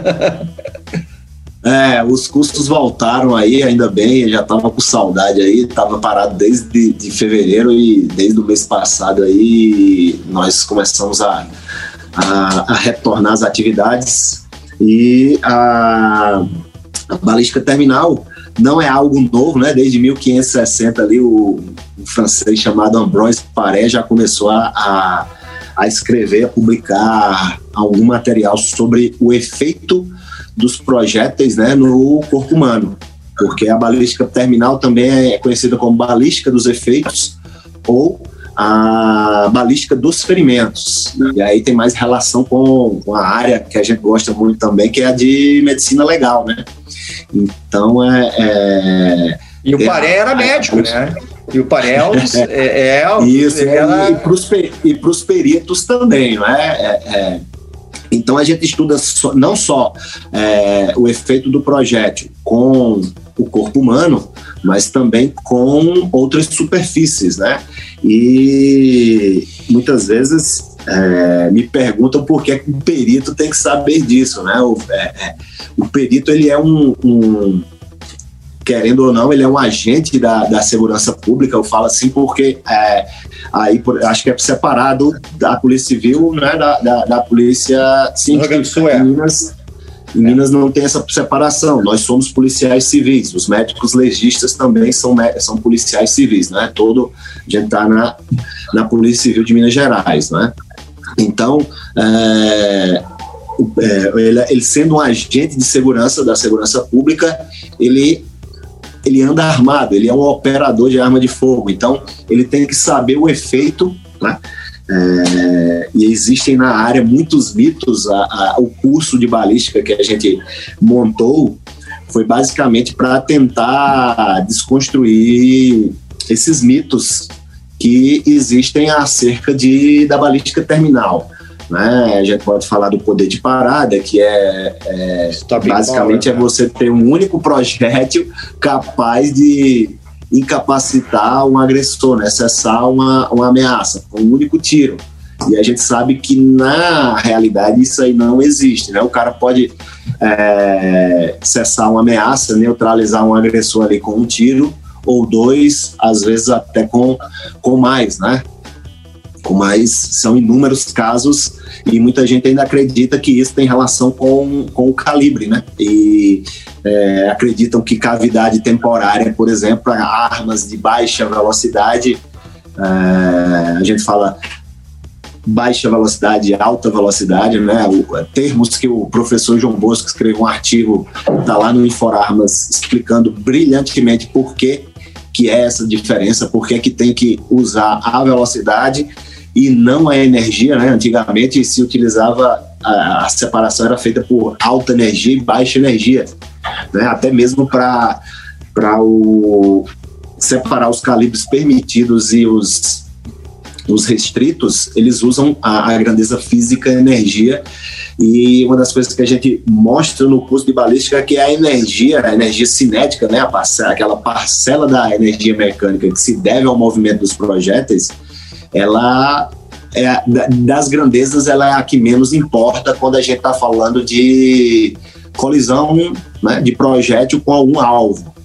E: Os cursos voltaram aí, ainda bem, já estava com saudade aí, estava parado desde de fevereiro e desde o mês passado aí nós começamos a retornar as atividades e a balística terminal não é algo novo, né? Desde 1560 ali o francês chamado Ambroise Paré já começou a escrever, a publicar algum material sobre o efeito dos projéteis, né, no corpo humano, porque a balística terminal também é conhecida como balística dos efeitos ou a balística dos ferimentos, e aí tem mais relação com a área que a gente gosta muito também, que é a de medicina legal, né? Então
D: e o Paré era médico, né? E o Paré
E: isso, e para os peritos também, não é? Então a gente estuda não só o efeito do projétil com o corpo humano, mas também com outras superfícies, né? E muitas vezes me perguntam por que o perito tem que saber disso, né? O perito, ele é querendo ou não, ele é um agente da segurança pública. Eu falo assim porque acho que é separado da Polícia Civil, né, da Polícia Científica. Em Minas não tem essa separação. Nós somos policiais civis. Os médicos legistas também são policiais civis, né? A gente está na Polícia Civil de Minas Gerais, né? Então, ele sendo um agente de segurança da segurança pública, ele anda armado, ele é um operador de arma de fogo, então ele tem que saber o efeito, né? E existem na área muitos mitos. O curso de balística que a gente montou foi basicamente para tentar desconstruir esses mitos que existem acerca da balística terminal, né? A gente pode falar do poder de parada, que basicamente você ter um único projétil capaz de incapacitar um agressor, né? Cessar uma ameaça com um único tiro. E a gente sabe que na realidade isso aí não existe, né? O cara pode cessar uma ameaça, neutralizar um agressor ali com um tiro ou dois, às vezes até com mais, né? Mas são inúmeros casos e muita gente ainda acredita que isso tem relação com o calibre, né? E acreditam que cavidade temporária, por exemplo, armas de baixa velocidade, a gente fala baixa velocidade, alta velocidade, né? Termos que o professor João Bosco escreveu um artigo, está lá no Inforarmas, explicando brilhantemente por que é essa diferença, por que tem que usar a velocidade e não a energia, né? Antigamente se utilizava, a separação era feita por alta energia e baixa energia, né? Até mesmo para separar os calibres permitidos e os restritos, eles usam a grandeza física e energia. E uma das coisas que a gente mostra no curso de balística é que a energia cinética, né? Aquela parcela da energia mecânica que se deve ao movimento dos projéteis, ela das grandezas, ela é a que menos importa quando a gente está falando de colisão, né, de projétil com algum alvo,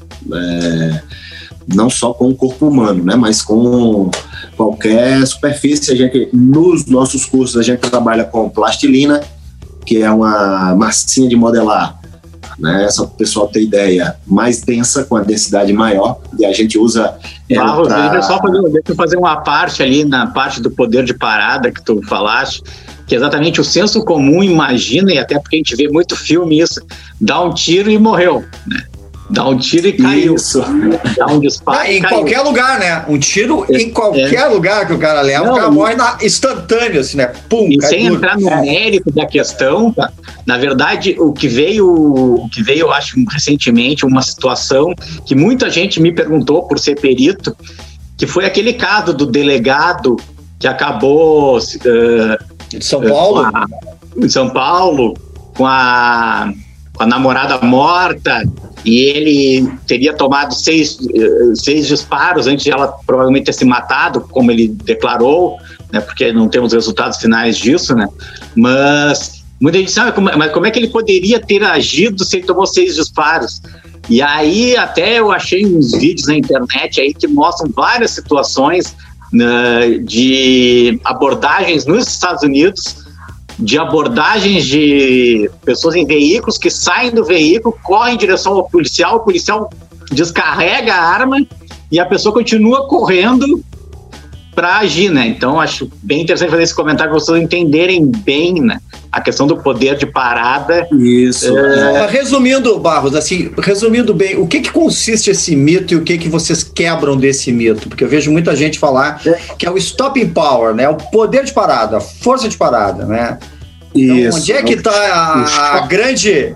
E: não só com o corpo humano, né, mas com qualquer superfície. Nos nossos cursos a gente trabalha com plastilina, que é uma massinha de modelar, né, só para o pessoal ter ideia, mais densa, com a densidade maior, e a gente usa
C: Deixa eu fazer uma parte ali na parte do poder de parada que tu falaste, que exatamente o senso comum imagina, e até porque a gente vê muito filme isso, dá um tiro e morreu, né? Dá um tiro e caiu. Isso. Dá um disparo
D: em qualquer lugar, né? Um tiro em qualquer lugar que o cara leva, o cara morre instantâneo, assim, né? Pum,
C: e sem entrar no mérito da questão, tá? Na verdade, o que veio, eu acho, recentemente, uma situação que muita gente me perguntou por ser perito, que foi aquele caso do delegado que acabou
D: de São Paulo?
C: Em São Paulo, com a namorada morta, e ele teria tomado seis disparos antes de ela provavelmente ter se matado, como ele declarou, né, porque não temos resultados finais disso, né? Mas muita gente sabe, mas como é que ele poderia ter agido se ele tomou 6 disparos? E aí até eu achei uns vídeos na internet aí que mostram várias situações, né, de abordagens nos Estados Unidos, de abordagens de pessoas em veículos que saem do veículo, correm em direção ao policial, o policial descarrega a arma e a pessoa continua correndo para agir, né? Então acho bem interessante fazer esse comentário para vocês entenderem bem, né, a questão do poder de parada.
D: Isso. Resumindo, Barros, assim, resumindo bem, o que consiste esse mito e o que vocês quebram desse mito? Porque eu vejo muita gente falar que é o stopping power, né? O poder de parada, a força de parada, né? Então, isso. Onde é que está a grande...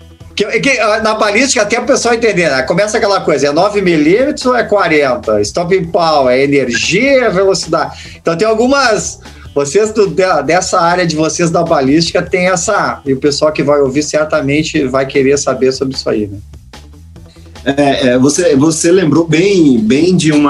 D: na balística, até o pessoal entender, né? Começa aquela coisa, é 9mm ou é 40? Stopping power, é energia, é velocidade. Então tem algumas... Vocês dessa área de vocês da balística tem essa... E o pessoal que vai ouvir certamente vai querer saber sobre isso aí, né?
E: Você lembrou bem de um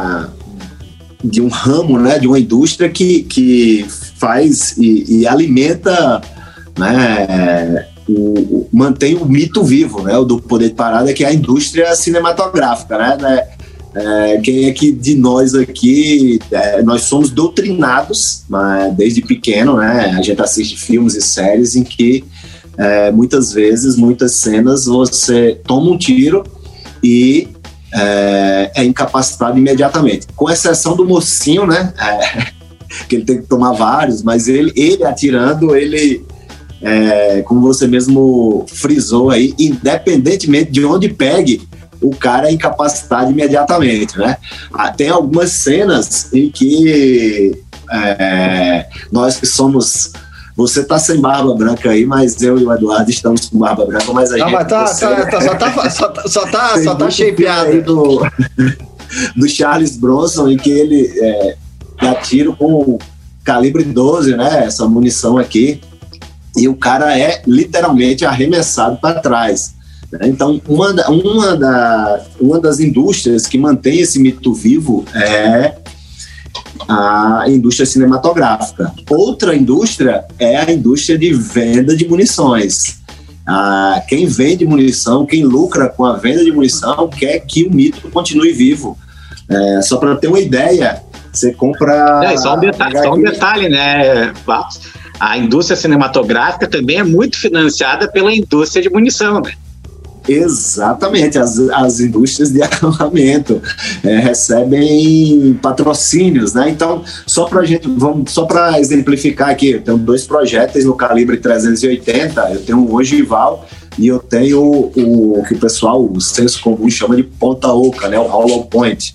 E: ramo, né, de uma indústria que faz e alimenta, né, mantém o mito vivo, né, o do Poder de Parada, que é a indústria cinematográfica, né? Quem é que de nós aqui, nós somos doutrinados, né, desde pequeno, né? A gente assiste filmes e séries em que muitas vezes, muitas cenas, você toma um tiro e é incapacitado imediatamente, com exceção do mocinho, né? Que ele tem que tomar vários, mas ele atirando, como você mesmo frisou aí, independentemente de onde pegue, o cara é incapacitado imediatamente, né? Tem algumas cenas em que nós que somos... Você tá sem barba branca aí, mas eu e o Eduardo estamos com barba branca, mas a gente...
D: Mas só tá shapeado.
E: Do Charles Bronson, em que ele atira com calibre 12, né? Essa munição aqui. E o cara é literalmente arremessado para trás. Então, uma das indústrias que mantém esse mito vivo é a indústria cinematográfica. Outra indústria é a indústria de venda de munições. Quem vende munição, quem lucra com a venda de munição, quer que o mito continue vivo. Só para ter uma ideia, você compra...
C: Só um detalhe, né, Barros? A indústria cinematográfica também é muito financiada pela indústria de munição, né?
E: Exatamente, as indústrias de armamento recebem patrocínios, né? Então, só para exemplificar aqui, eu tenho 2 projéteis no calibre 380, eu tenho um ogival e eu tenho o que o pessoal, o senso comum chama de ponta oca, né? O hollow point.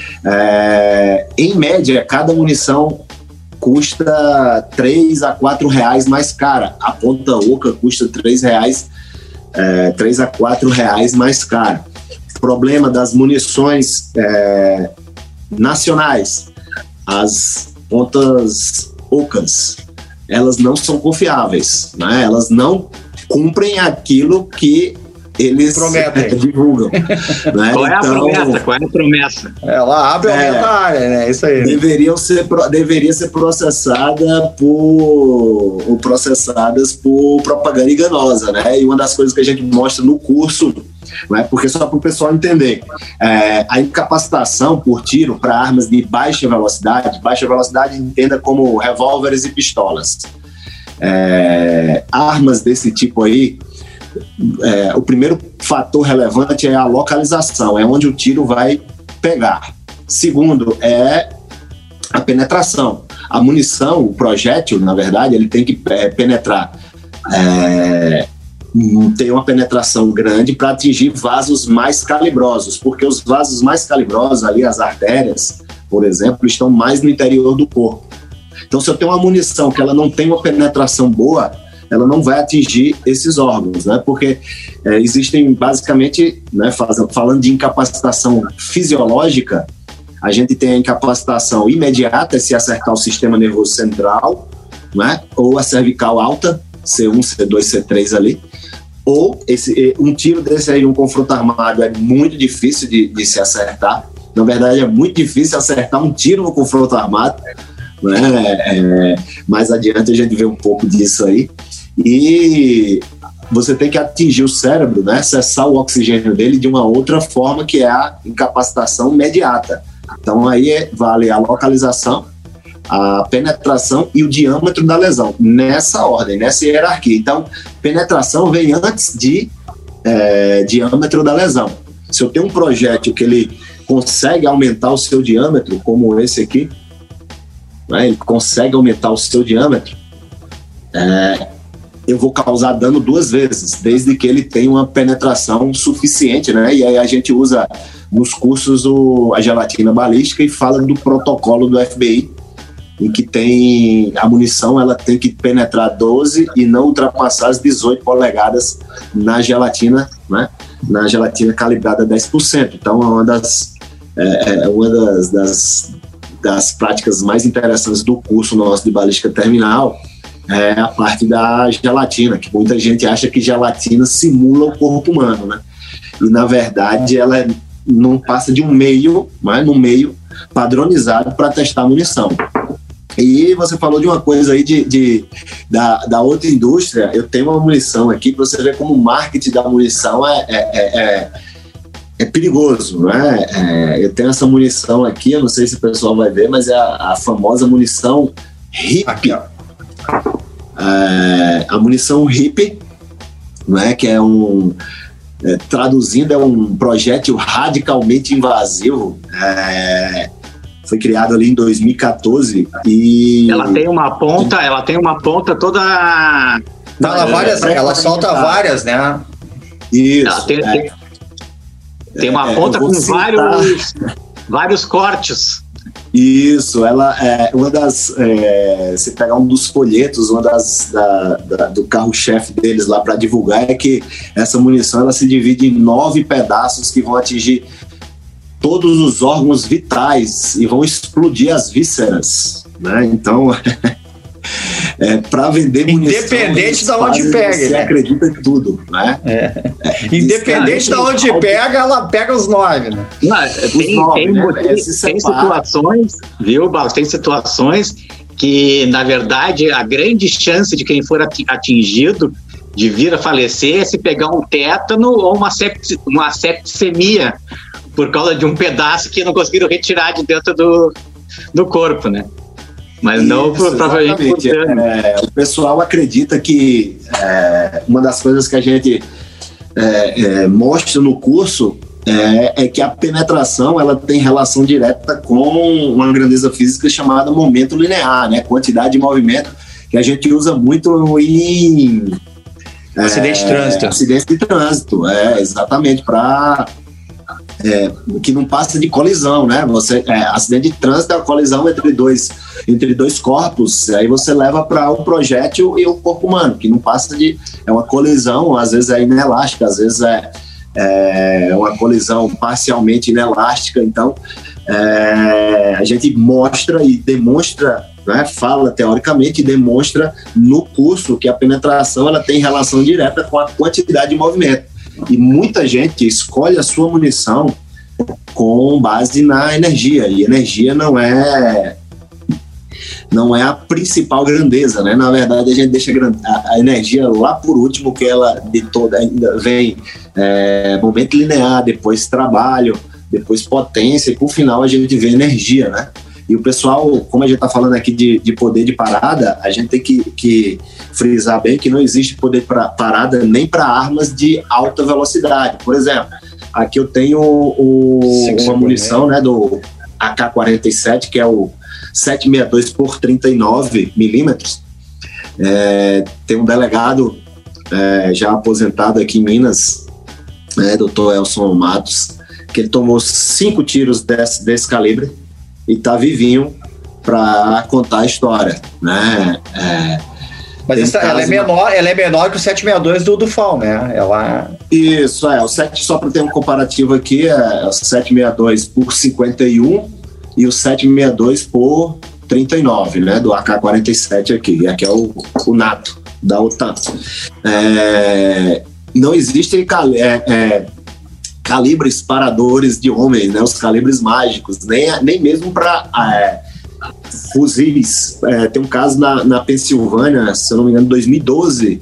E: Em média, cada munição custa R$3 a R$4 mais cara. A ponta oca custa R$3 a R$4 mais caro. Problema das munições nacionais. As pontas ocas, elas não são confiáveis, né? Elas não cumprem aquilo que eles divulgam. Né?
C: Qual é a promessa?
D: Ela abre a área, né? Isso aí.
E: Deveria ser processadas por propaganda enganosa, né? E uma das coisas que a gente mostra no curso, né? Porque só para o pessoal entender, a incapacitação por tiro para armas de baixa velocidade entenda como revólveres e pistolas. Armas desse tipo aí, o primeiro fator relevante é a localização, é onde o tiro vai pegar. Segundo, é a penetração. A munição, o projétil, na verdade, ele tem que penetrar, tem uma penetração grande para atingir vasos mais calibrosos, porque os vasos mais calibrosos, ali as artérias, por exemplo, estão mais no interior do corpo. Então, se eu tenho uma munição que ela não tem uma penetração boa, ela não vai atingir esses órgãos, né? Porque existem basicamente, né, falando de incapacitação fisiológica, a gente tem a incapacitação imediata se acertar o sistema nervoso central, né? Ou a cervical alta, C1, C2, C3 ali, ou um tiro desse aí, um confronto armado é muito difícil de se acertar. Na verdade, é muito difícil acertar um tiro no confronto armado, né? Mais adiante a gente vê um pouco disso aí. E você tem que atingir o cérebro, né? Cessar o oxigênio dele de uma outra forma, que é a incapacitação imediata. Então aí vale a localização, a penetração e o diâmetro da lesão, nessa ordem, nessa hierarquia. Então, penetração vem antes de diâmetro da lesão. Se eu tenho um projétil que ele consegue aumentar o seu diâmetro, como esse aqui, né? Ele consegue aumentar o seu diâmetro, eu vou causar dano 2 vezes, desde que ele tenha uma penetração suficiente, né? E aí a gente usa nos cursos a gelatina balística e fala do protocolo do FBI, em que tem a munição, ela tem que penetrar 12 e não ultrapassar as 18 polegadas na gelatina, né? Na gelatina calibrada 10%. Então é uma das práticas mais interessantes do curso nosso de balística terminal, é a parte da gelatina, que muita gente acha que gelatina simula o corpo humano, né? e na verdade ela não passa de um meio, mas no meio padronizado para testar munição. E você falou de uma coisa aí da outra indústria. Eu tenho uma munição aqui para você ver como o marketing da munição é perigoso, né? Eu tenho essa munição aqui, eu não sei se o pessoal vai ver, mas é a famosa munição HIP. A munição HIP, né? Que é traduzindo, é um projétil radicalmente invasivo. Foi criado ali em 2014 e
C: ela tem uma ponta toda.
D: Ela solta várias, né?
E: Isso.
C: Ela tem uma ponta com vários cortes.
E: Isso, ela é uma das. Se pegar um dos folhetos, uma do carro-chefe deles lá para divulgar, é que essa munição ela se divide em 9 pedaços que vão atingir todos os órgãos vitais e vão explodir as vísceras, né? Então, para vender munição,
D: independente de onde pega,
E: você acredita em tudo, né?
D: Independente de onde pega, ela pega os 9, né?
C: Tem situações, viu, Barros? Tem situações que, na verdade, a grande chance de quem for atingido de vir a falecer é se pegar um tétano ou uma septicemia, por causa de um pedaço que não conseguiram retirar de dentro do corpo, né? Mas não provavelmente por dano.
E: O pessoal acredita que uma das coisas que a gente mostra no curso é que a penetração ela tem relação direta com uma grandeza física chamada momento linear, né? Quantidade de movimento que a gente usa muito em
D: acidente de trânsito.
E: Exatamente, para que não passa de colisão, né? Acidente de trânsito é a colisão entre dois corpos, aí você leva para o projétil e o corpo humano, que não passa é uma colisão, às vezes é inelástica, às vezes é uma colisão parcialmente inelástica. Então a gente mostra e demonstra, né? Fala teoricamente e demonstra no curso que a penetração ela tem relação direta com a quantidade de movimento. E muita gente escolhe a sua munição com base na energia, e energia não é a principal grandeza, né? Na verdade, a gente deixa a energia lá por último, que ela de toda ainda vem momento linear, depois trabalho, depois potência, e por final a gente vê energia, né? E o pessoal, como a gente está falando aqui de poder de parada, a gente tem que frisar bem que não existe poder de parada nem para armas de alta velocidade. Por exemplo, aqui eu tenho uma munição, né, do AK-47, que é o 762 por 39 milímetros. Tem um delegado já aposentado aqui em Minas, Dr. Elson Matos, que ele tomou 5 tiros desse calibre e tá vivinho para contar a história, né?
D: Mas ela é menor que o 762 do FAL, né?
E: Isso, o 7, só para ter um comparativo aqui, é o 762 por 51 e o 762 por 39, né? Do AK-47 aqui. E aqui é o NATO da OTAN. Não existem calibres paradores de homens, né? Os calibres mágicos, nem mesmo para fuzis. Tem um caso na Pensilvânia, se eu não me engano, em 2012,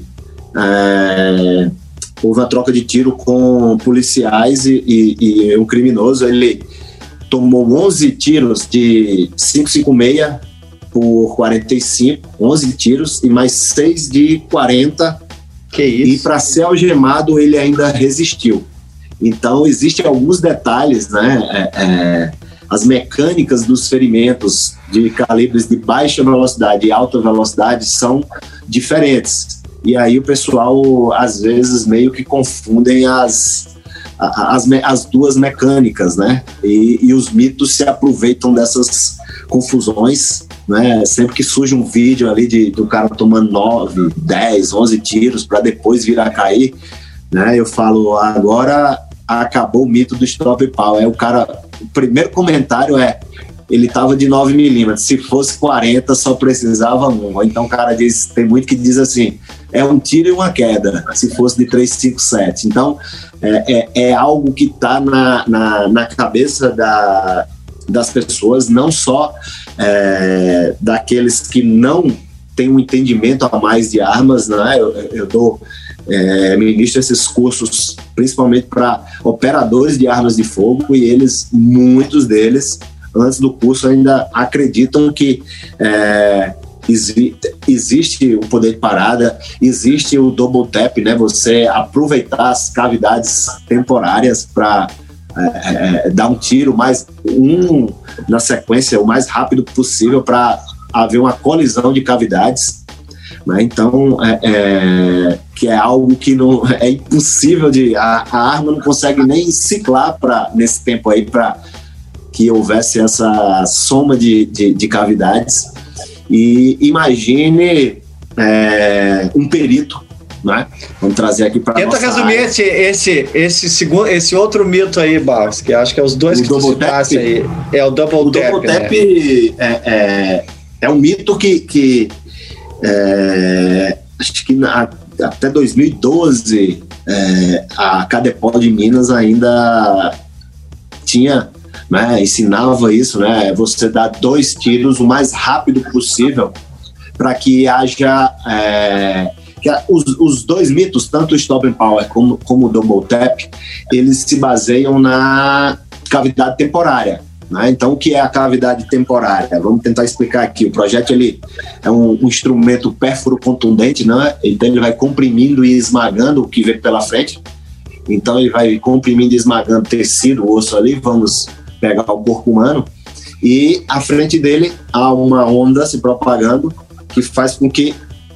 E: houve uma troca de tiro com policiais e um criminoso, ele tomou 11 tiros de 5,56 por 45, 11 tiros e mais 6 de 40.
D: Que isso?
E: E para ser algemado ele ainda resistiu. Então, existem alguns detalhes, né? As mecânicas dos ferimentos de calibres de baixa velocidade e alta velocidade são diferentes. E aí o pessoal, às vezes, meio que confundem as duas mecânicas, né? E os mitos se aproveitam dessas confusões, né? Sempre que surge um vídeo ali do cara tomando 9, 10, 11 tiros para depois vir a cair, né? Eu falo, agora acabou o mito do stop pau. O primeiro comentário ele tava de 9 milímetros, se fosse 40 só precisava um. Ou então o cara tem muito que diz assim, é um tiro e uma queda, se fosse de 3,57. Então é algo que está na cabeça das pessoas, não só daqueles que não têm um entendimento a mais de armas, né? Eu ministro esses cursos principalmente para operadores de armas de fogo, e muitos deles, antes do curso, ainda acreditam que existe o poder de parada, existe o double tap, né? Você aproveitar as cavidades temporárias para dar um tiro na sequência o mais rápido possível para haver uma colisão de cavidades, né? Então que é algo que não é impossível a arma não consegue nem ciclar nesse tempo aí para que houvesse essa soma de cavidades. E imagine um perito, né? Vamos trazer aqui para
D: tenta resumir esse outro mito aí, Barros, que acho que é os dois que tu citaste aí. É o double tap. O double tap,
E: né? É um mito que acho que até 2012 a Cadepol de Minas ainda tinha, né, ensinava isso, né? Você dá 2 tiros o mais rápido possível para que haja os dois mitos, tanto o Stop and Power como o Double Tap, eles se baseiam na cavidade temporária, né? Então, o que é a cavidade temporária? Vamos tentar explicar aqui. O projétil ele é um instrumento pérfuro contundente, né? Então ele vai comprimindo e esmagando o que vem pela frente. Então ele vai comprimindo e esmagando tecido, osso ali. Vamos pegar o corpo humano, e à frente dele há uma onda se propagando que faz com que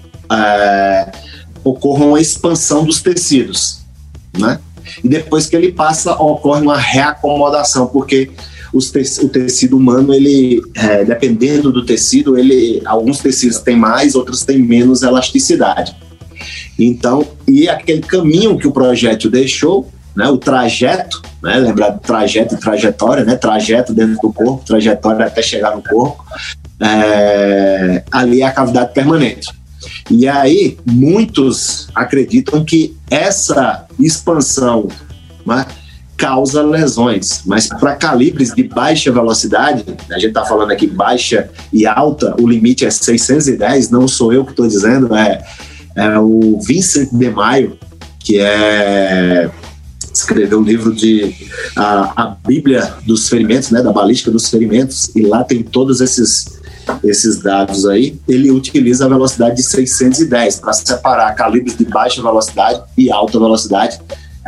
E: ocorra uma expansão dos tecidos, né? E depois que ele passa, ocorre uma reacomodação, porque o tecido humano, ele, dependendo do tecido, alguns tecidos têm mais, outros têm menos elasticidade. Então, e aquele caminho que o projétil deixou, né, o trajeto, né, lembrar do trajeto e trajetória, né, trajeto dentro do corpo, trajetória até chegar no corpo, ali é a cavidade permanente. E aí, muitos acreditam que essa expansão, né, causa lesões, mas para calibres de baixa velocidade, a gente está falando aqui baixa e alta, o limite é 610, não sou eu que estou dizendo, é o Vincent de Maio, que escreveu um livro de a Bíblia dos ferimentos, né, da balística dos ferimentos, e lá tem todos esses dados aí. Ele utiliza a velocidade de 610 para separar calibres de baixa velocidade e alta velocidade.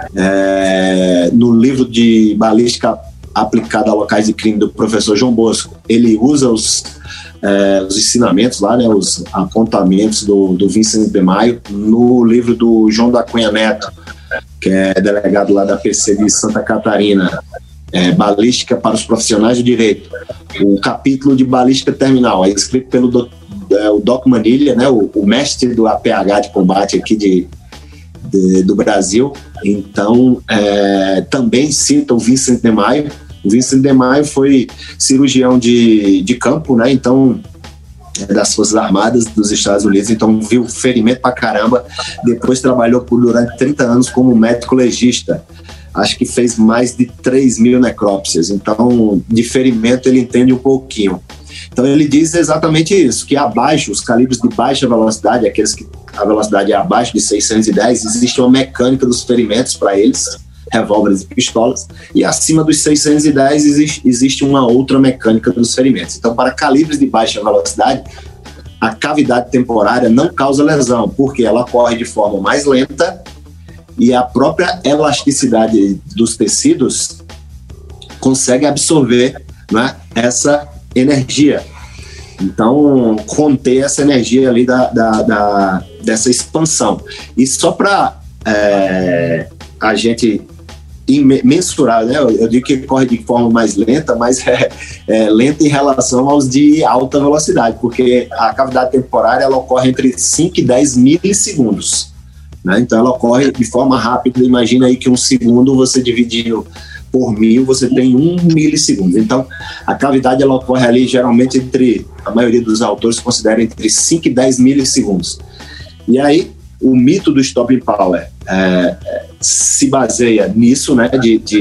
E: No livro de balística aplicada a locais de crime do professor João Bosco, ele usa os ensinamentos lá, né, os apontamentos do Vincent de Maio. No livro do João da Cunha Neto, que é delegado lá da PC de Santa Catarina, balística para os profissionais de direito, o capítulo de balística terminal é escrito pelo o Doc Manilha, né, o mestre do APH de combate aqui do Brasil. Então, também cita o Vincent de Maio. O Vincent de Maio foi cirurgião de campo, né? Então, das Forças Armadas dos Estados Unidos, então viu ferimento pra caramba. Depois trabalhou durante 30 anos como médico legista. Acho que fez mais de 3.000 necrópsias. Então, de ferimento ele entende um pouquinho. Então ele diz exatamente isso, que abaixo, os calibres de baixa velocidade, aqueles que a velocidade é abaixo de 610, existe uma mecânica dos ferimentos para eles, revólveres e pistolas, e acima dos 610 existe uma outra mecânica dos ferimentos. Então, para calibres de baixa velocidade, a cavidade temporária não causa lesão, porque ela ocorre de forma mais lenta e a própria elasticidade dos tecidos consegue absorver, né, essa energia. Então, conter essa energia ali dessa expansão. E só para a gente mensurar, né? Eu digo que corre de forma mais lenta, mas é lenta em relação aos de alta velocidade, porque a cavidade temporária ela ocorre entre 5 e 10 milissegundos, né? Então ela ocorre de forma rápida. Imagina aí que um segundo você dividindo por 1000, você tem 1 milissegundo. Então, a cavidade ela ocorre ali geralmente a maioria dos autores considera entre 5 e 10 milissegundos. E aí, o mito do Stop and Power se baseia nisso, né,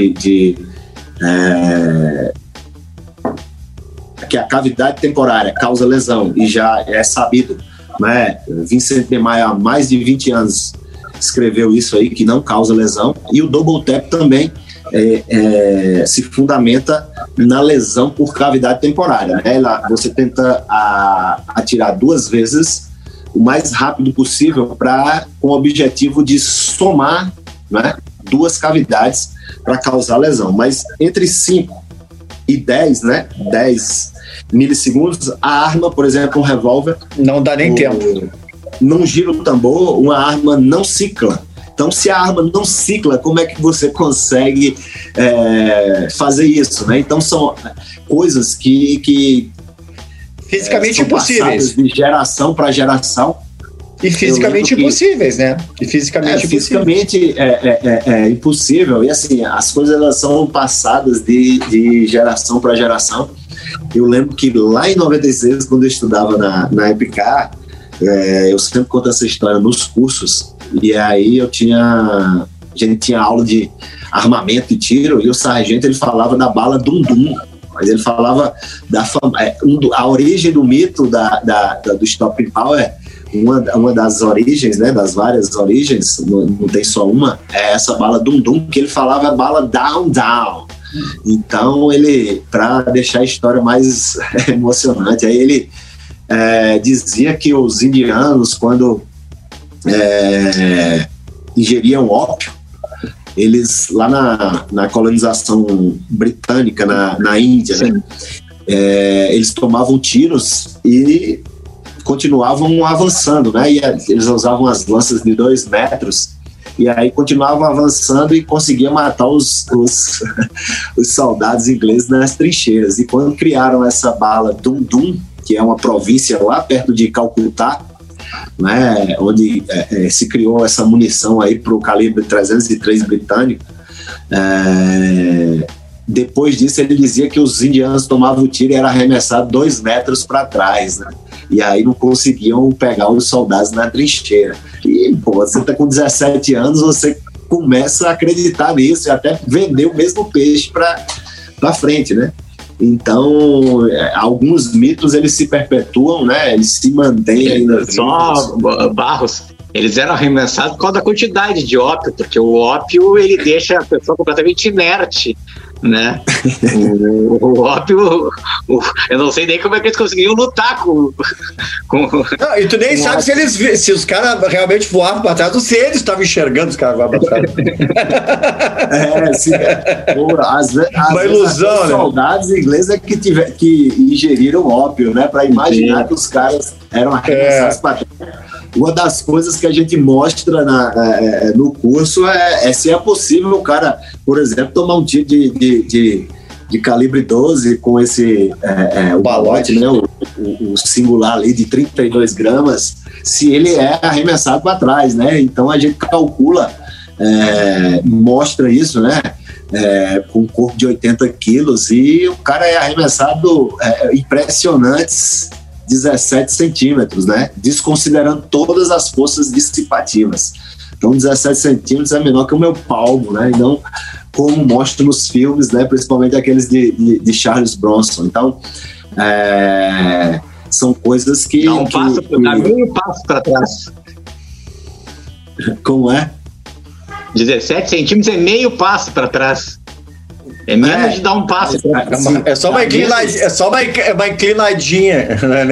E: que a cavidade temporária causa lesão, e já é sabido, né, Vincent de Maia há mais de 20 anos escreveu isso aí, que não causa lesão, e o double tap também se fundamenta na lesão por cavidade temporária, né? Você tenta atirar 2 vezes o mais rápido possível com o objetivo de somar, né, 2 cavidades para causar lesão, mas entre 5 e 10, né, 10 milissegundos, a arma, por exemplo, um revólver,
D: não dá nem tempo.
E: Não gira o tambor, uma arma não cicla. Então, se a arma não cicla, como é que você consegue fazer isso, né? Então, são coisas que
D: fisicamente impossíveis,
E: de geração para geração.
D: E fisicamente impossíveis, né? E
E: fisicamente é impossível. E assim, as coisas elas são passadas de geração para geração. Eu lembro que lá em 96, quando eu estudava na EPICAR, eu sempre conto essa história nos cursos, e aí a gente tinha aula de armamento e tiro, e o sargento ele falava da bala Dum-Dum, mas ele falava a origem do mito do Stop Power. Uma das origens, né, das várias origens, não tem só uma, é essa bala Dum-Dum, que ele falava a bala Down-Down. Então ele, para deixar a história mais emocionante, aí ele dizia que os indianos, quando ingeriam ópio, eles lá na colonização britânica na Índia, né, eles tomavam tiros e continuavam avançando, né? E eles usavam as lanças de 2 metros, e aí continuavam avançando e conseguiam matar os soldados ingleses nas trincheiras. E quando criaram essa bala Dum-Dum, que é uma província lá perto de Calcutá, né, onde se criou essa munição aí para o calibre 303 britânico, depois disso ele dizia que os indianos tomavam o tiro e era arremessado 2 metros para trás, né? E aí não conseguiam pegar os soldados na trincheira. E, pô, você tá com 17 anos, você começa a acreditar nisso e até vender o mesmo peixe para frente, né? Então, alguns mitos, eles se perpetuam, né? Eles se mantêm ainda.
C: Só, Barros, eles eram arremessados por causa da quantidade de ópio, porque o ópio, ele deixa a pessoa completamente inerte, né? o ópio, eu não sei nem como é que eles conseguiam lutar com...
D: Não, e tu nem sabe se os caras realmente voavam para trás ou se eles estavam enxergando os caras voavam para trás.
E: Uma ilusão, né? Os soldados ingleses que ingeriram ópio, né? Para imaginar que os caras eram arremessados para trás. Uma das coisas que a gente mostra no curso é se é possível o cara, por exemplo, tomar um tiro de calibre 12 com esse o balote, né, o singular ali de 32 gramas, se ele é arremessado para trás, né? Então a gente calcula, mostra isso, né? Com um corpo de 80 quilos, e o cara é arremessado impressionantes 17 centímetros, né? Desconsiderando todas as forças dissipativas. Então, 17 centímetros é menor que o meu palmo, né? Então, como mostra nos filmes, né? Principalmente aqueles de Charles Bronson. Então, são coisas que...
C: Dá meio passo para trás.
E: Como é?
C: 17 centímetros é meio passo para trás. É menos de dar um passo.
D: É só uma inclinadinha.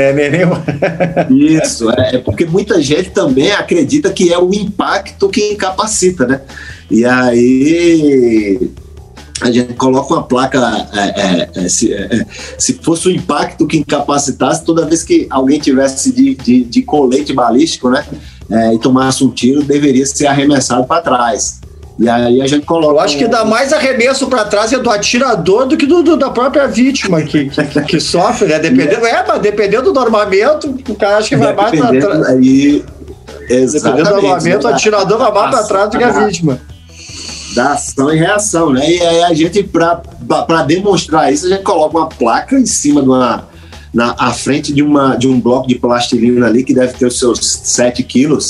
E: Isso, porque muita gente também acredita que é o impacto que incapacita, né? E aí a gente coloca uma placa, se fosse o impacto que incapacitasse, toda vez que alguém tivesse de colete balístico, né, e tomasse um tiro, deveria ser arremessado para trás. E aí a gente coloca...
D: Eu acho que dá mais arremesso para trás do atirador do que da própria vítima que sofre, né? Dependendo do armamento, o cara acha que vai mais para trás. Dependendo do armamento, o atirador vai mais para trás do que a vítima.
E: Da ação e reação, né? E aí a gente, para demonstrar isso, a gente coloca uma placa em cima à frente de um bloco de plastilina ali, que deve ter os seus 7 quilos,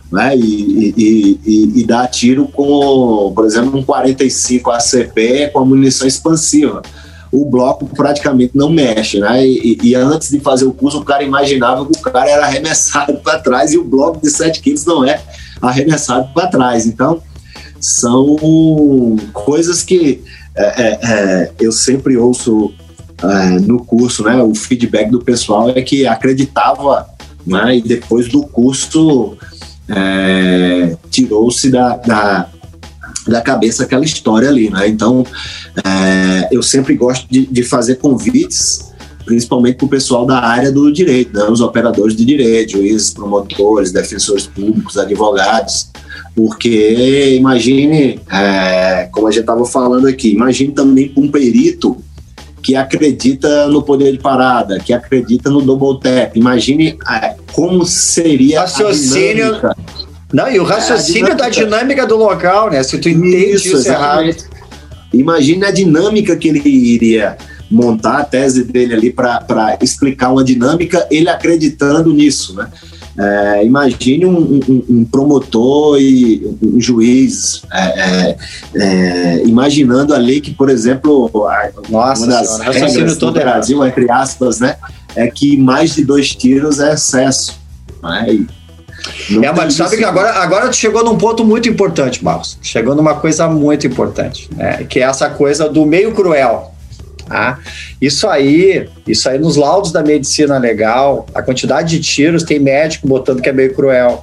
E: né, e dar tiro com, por exemplo, um 45 ACP com a munição expansiva. O bloco praticamente não mexe, né? E antes de fazer o curso, o cara imaginava que o cara era arremessado para trás e o bloco de 7 quilos não é arremessado para trás. Então, são coisas que eu sempre ouço no curso, né? O feedback do pessoal é que acreditava, né? E depois do curso tirou-se da cabeça aquela história ali, né? Então, eu sempre gosto de fazer convites, principalmente para o pessoal da área do direito, né? Os operadores de direito, juízes, promotores, defensores públicos, advogados, porque imagine, como a gente estava falando aqui, imagine também um perito que acredita no poder de parada, que acredita no double tap, imagine como seria a dinâmica.
D: Não, e o raciocínio da dinâmica do local, né? Se tu entende isso errado.
E: Imagina a dinâmica que ele iria montar, a tese dele ali para explicar uma dinâmica, ele acreditando nisso, né? Imagine um promotor e um juiz imaginando ali que, por exemplo, uma das regras do Brasil, entre aspas, né, é que mais de 2 tiros é excesso, né?
D: Mas sabe que agora tu chegou num ponto muito importante, Barros. Chegou numa coisa muito importante, né? Que é essa coisa do meio cruel. Tá? Isso aí nos laudos da medicina legal, a quantidade de tiros, tem médico botando que é meio cruel.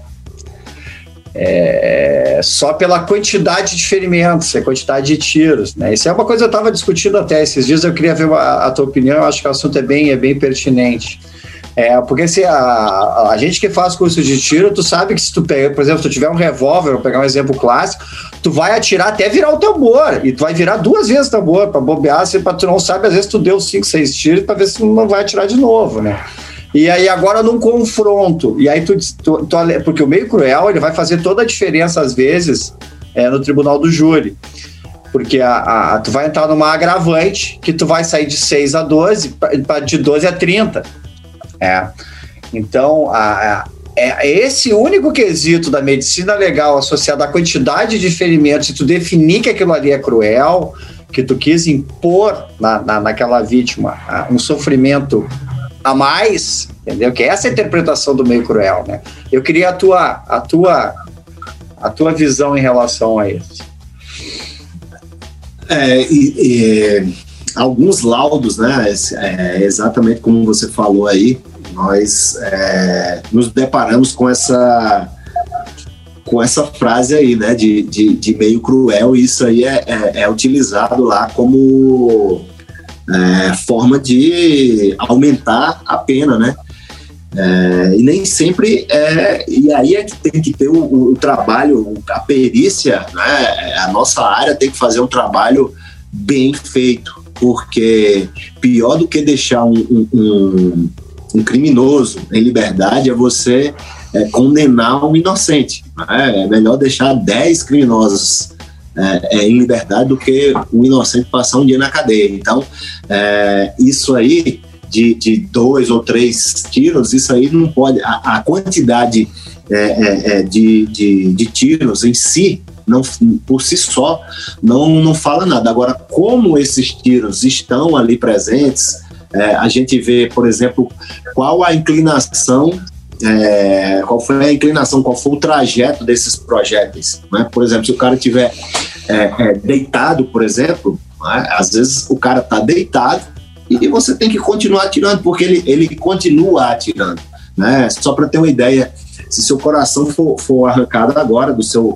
D: Só pela quantidade de ferimentos, a quantidade de tiros, né? Isso é uma coisa que eu estava discutindo até esses dias, eu queria ver a tua opinião, eu acho que o assunto é bem pertinente. Porque se a gente que faz curso de tiro, tu sabe que se tu pegar, por exemplo, se tu tiver um revólver, vou pegar um exemplo clássico, tu vai atirar até virar o tambor, e tu vai virar 2 vezes o tambor, pra bobear, se tu não sabe, às vezes tu deu 5, 6 tiros pra ver se tu não vai atirar de novo, né? E aí agora num confronto, e aí porque o meio cruel, ele vai fazer toda a diferença às vezes no tribunal do júri. Porque tu vai entrar numa agravante que tu vai sair de 6 a 12, de 12 a 30. Então, esse único quesito da medicina legal associado à quantidade de ferimentos, se tu definir que aquilo ali é cruel, que tu quis impor naquela vítima um sofrimento a mais, entendeu? Que é essa a interpretação do meio cruel, né? Eu queria a tua visão em relação a isso.
E: Alguns laudos, né? Exatamente como você falou aí, nós nos deparamos com essa frase aí, né, de meio cruel, e isso aí é utilizado lá como forma de aumentar a pena, né? E nem sempre e aí é que tem que ter o trabalho, a perícia, né? A nossa área tem que fazer um trabalho bem feito, porque pior do que deixar um criminoso em liberdade é você condenar um inocente, né? É melhor deixar 10 criminosos em liberdade do que um inocente passar um dia na cadeia. Então, isso aí de 2 ou 3 tiros, isso aí não pode, a quantidade de tiros em si, não, por si só, não fala nada. Agora, como esses tiros estão ali presentes, a gente vê, por exemplo, qual a inclinação, qual foi a inclinação, qual foi o trajeto desses projéteis, né? Por exemplo, se o cara estiver deitado, por exemplo, né? Às vezes o cara está deitado e você tem que continuar atirando, porque ele continua atirando, né? Só para ter uma ideia, se seu coração for arrancado agora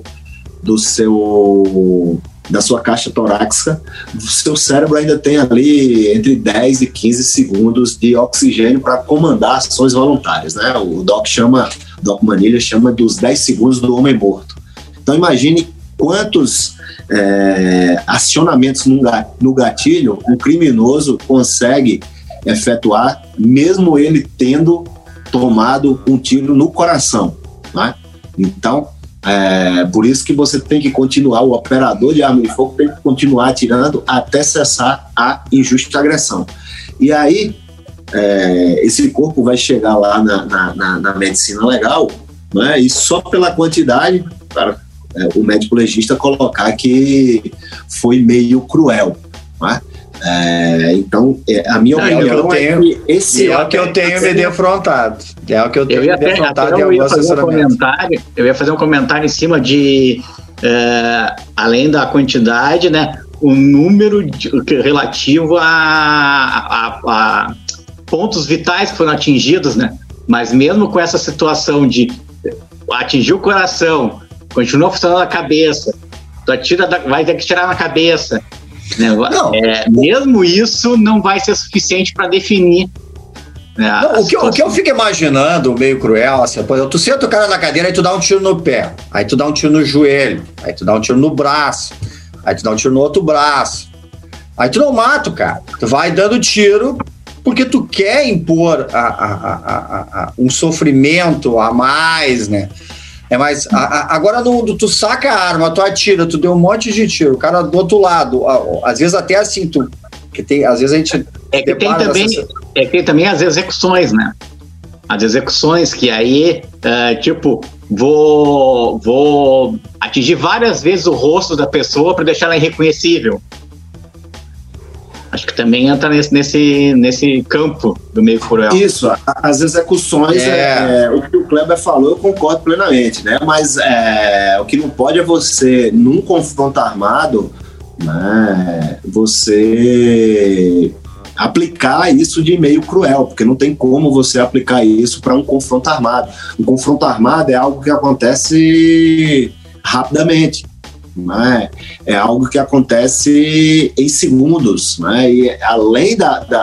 E: da sua caixa torácica, o seu cérebro ainda tem ali entre 10 e 15 segundos de oxigênio para comandar ações voluntárias, né? O Doc Manilha chama dos 10 segundos do homem morto. Então imagine quantos acionamentos no gatilho um criminoso consegue efetuar, mesmo ele tendo tomado um tiro no coração, né? Então, por isso que você tem que continuar, o operador de arma de fogo tem que continuar atirando até cessar a injusta agressão. E aí, esse corpo vai chegar lá na medicina legal né? E só pela quantidade, cara, o médico legista colocar que foi meio cruel, né? Então, a minha opinião é que esse
D: é o que eu tenho me defrontado. É o que eu tenho me defrontado em alguns assessoramentos.
C: Eu ia fazer um comentário em cima de, além da quantidade, né, o número relativo a pontos vitais que foram atingidos, né? Mas mesmo com essa situação de atingir o coração, continua funcionando a cabeça, vai ter que tirar na cabeça, né? Mesmo isso não vai ser suficiente para definir, né,
D: o que eu fico imaginando, meio cruel, assim, por exemplo, tu senta o cara na cadeira e tu dá um tiro no pé, aí tu dá um tiro no joelho, aí tu dá um tiro no braço, aí tu dá um tiro no outro braço, aí tu não mata o cara, tu vai dando tiro porque tu quer impor um sofrimento a mais, né? Mas agora tu saca a arma, tu atira, tu deu um monte de tiro, o cara do outro lado, às vezes até assim, às vezes a gente...
C: tem também as execuções, né? As execuções que aí, vou atingir várias vezes o rosto da pessoa para deixar ela irreconhecível. Acho que também entra nesse campo do meio cruel.
E: Isso, as execuções, o que o Kleber falou, eu concordo plenamente, né? Mas o que não pode é você, num confronto armado, né, você aplicar isso de meio cruel, porque não tem como você aplicar isso para um confronto armado. Um confronto armado é algo que acontece rapidamente. Né? É algo que acontece em segundos, né? E além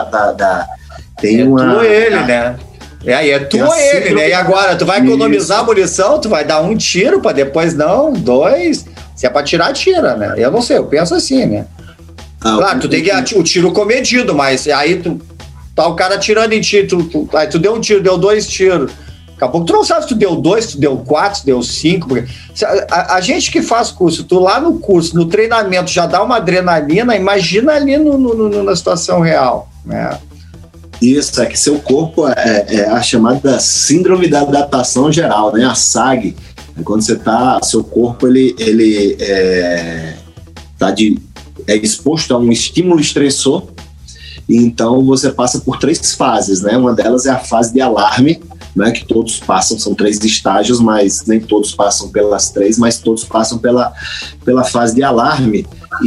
E: tem uma...
D: né? Né? E agora, tu vai economizar munição, tu vai dar um tiro para depois não, 2, se é para tirar, tira, né? Eu não sei, eu penso assim, né? Claro, tu tem que o tiro comedido, mas aí tá o cara atirando em ti, aí tu deu um tiro, deu 2 tiros. Daqui a pouco tu não sabe se tu deu 2, se tu deu 4, se tu deu 5. A gente que faz curso, tu lá no curso, no treinamento, já dá uma adrenalina, imagina ali na situação real, né?
E: Isso, é que seu corpo é a chamada síndrome da adaptação geral, né? A SAG. Quando você tá, seu corpo ele é exposto a um estímulo estressor, e então você passa por 3 fases, né? Uma delas é a fase de alarme, né, que todos passam, são 3 estágios, mas nem todos passam pelas 3, mas todos passam pela fase de alarme.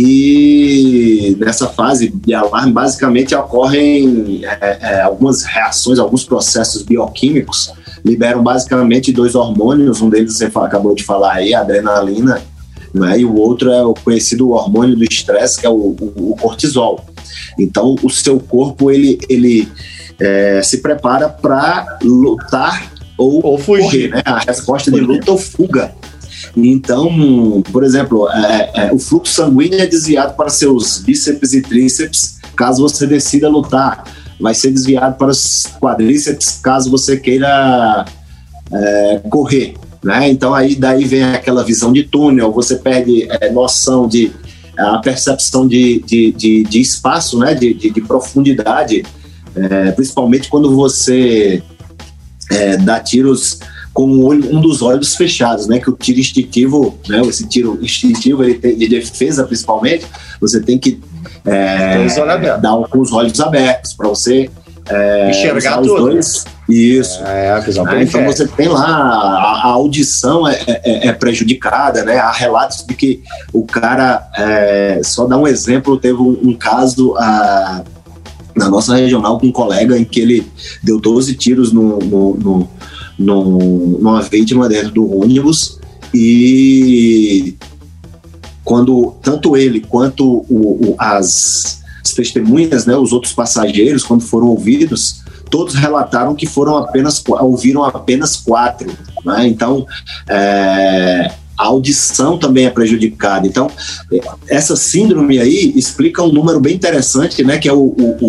E: E nessa fase de alarme, basicamente, ocorrem algumas reações, alguns processos bioquímicos, liberam basicamente 2 hormônios, um deles você acabou de falar aí, a adrenalina, né, e o outro é o conhecido hormônio do estresse, que é o cortisol. Então, o seu corpo, ele se prepara para lutar ou fugir, né? A resposta de luta ou fuga. Então, por exemplo, o fluxo sanguíneo é desviado para seus bíceps e tríceps caso você decida lutar. Vai ser desviado para os quadríceps caso você queira correr, né? Então, daí vem aquela visão de túnel, você perde noção a percepção de espaço, né? de profundidade, principalmente quando você dá tiros com um dos olhos fechados, né? Que o tiro instintivo, né? Esse tiro instintivo, ele tem, de defesa principalmente, você tem que dar com os olhos abertos para você
D: enxergar tudo.
E: Os dois. Isso. Então você tem lá a audição é prejudicada, né? Há relatos de que o cara, só dar um exemplo, teve um caso na nossa regional com um colega em que ele deu 12 tiros numa vítima dentro do ônibus, e quando tanto ele quanto as testemunhas, né, os outros passageiros, quando foram ouvidos, todos relataram que ouviram apenas 4, né? Então a audição também é prejudicada. Então, essa síndrome aí explica um número bem interessante, né, que é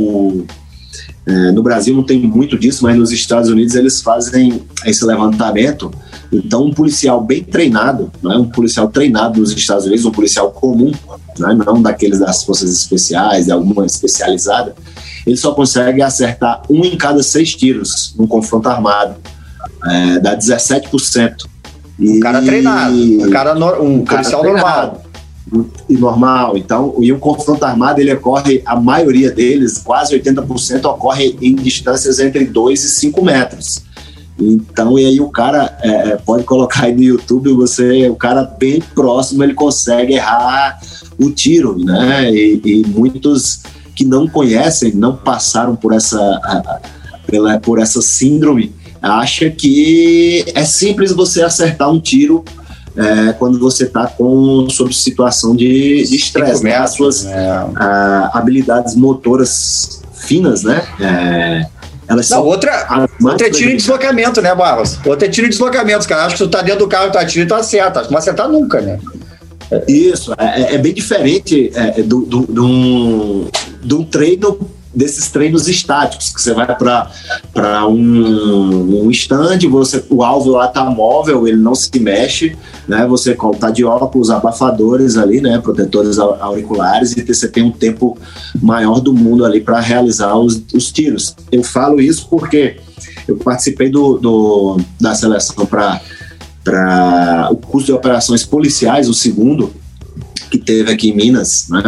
E: no Brasil não tem muito disso, mas nos Estados Unidos eles fazem esse levantamento. Então, um policial bem treinado, né, um policial treinado nos Estados Unidos, um policial comum, né, não daqueles das forças especiais, de alguma especializada, ele só consegue acertar 1 em cada 6 tiros num confronto armado. dá 17%.
D: Um cara treinado, um policial normal.
E: E normal. Então, e o confronto armado, ele ocorre, a maioria deles, quase 80%, ocorre em distâncias entre 2 e 5 metros. Então, e aí o cara pode colocar aí no YouTube, o cara bem próximo, ele consegue errar o tiro, né? E muitos que não conhecem, não passaram por essa síndrome, acha que é simples você acertar um tiro quando você está sob situação de estresse, né? As suas habilidades motoras finas, né? Elas são
D: outra é tiro em deslocamento, né, Barros? Outra é tiro em deslocamento, cara. Acho que tu tá dentro do carro e tá atirando e tu acerta. Acho que não vai acertar nunca, né?
E: Isso, é bem diferente de um treino, desses treinos estáticos, que você vai para um stand, o alvo lá tá móvel, ele não se mexe, né? Você tá de óculos, abafadores ali, né? Protetores auriculares, e você tem um tempo maior do mundo ali para realizar os tiros. Eu falo isso porque eu participei da seleção para o curso de operações policiais, o segundo, que teve aqui em Minas, né?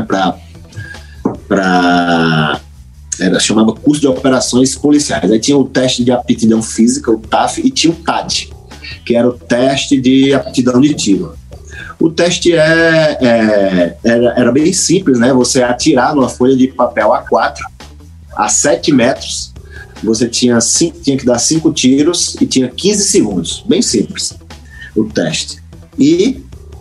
E: Chamava curso de operações policiais. Aí tinha o teste de aptidão física, o TAF, e tinha o TAT, que era o teste de aptidão de tiro. O teste era bem simples, né? Você atirar numa folha de papel A4 a 7 metros, você tinha que dar 5 tiros e tinha 15 segundos. Bem simples o teste. E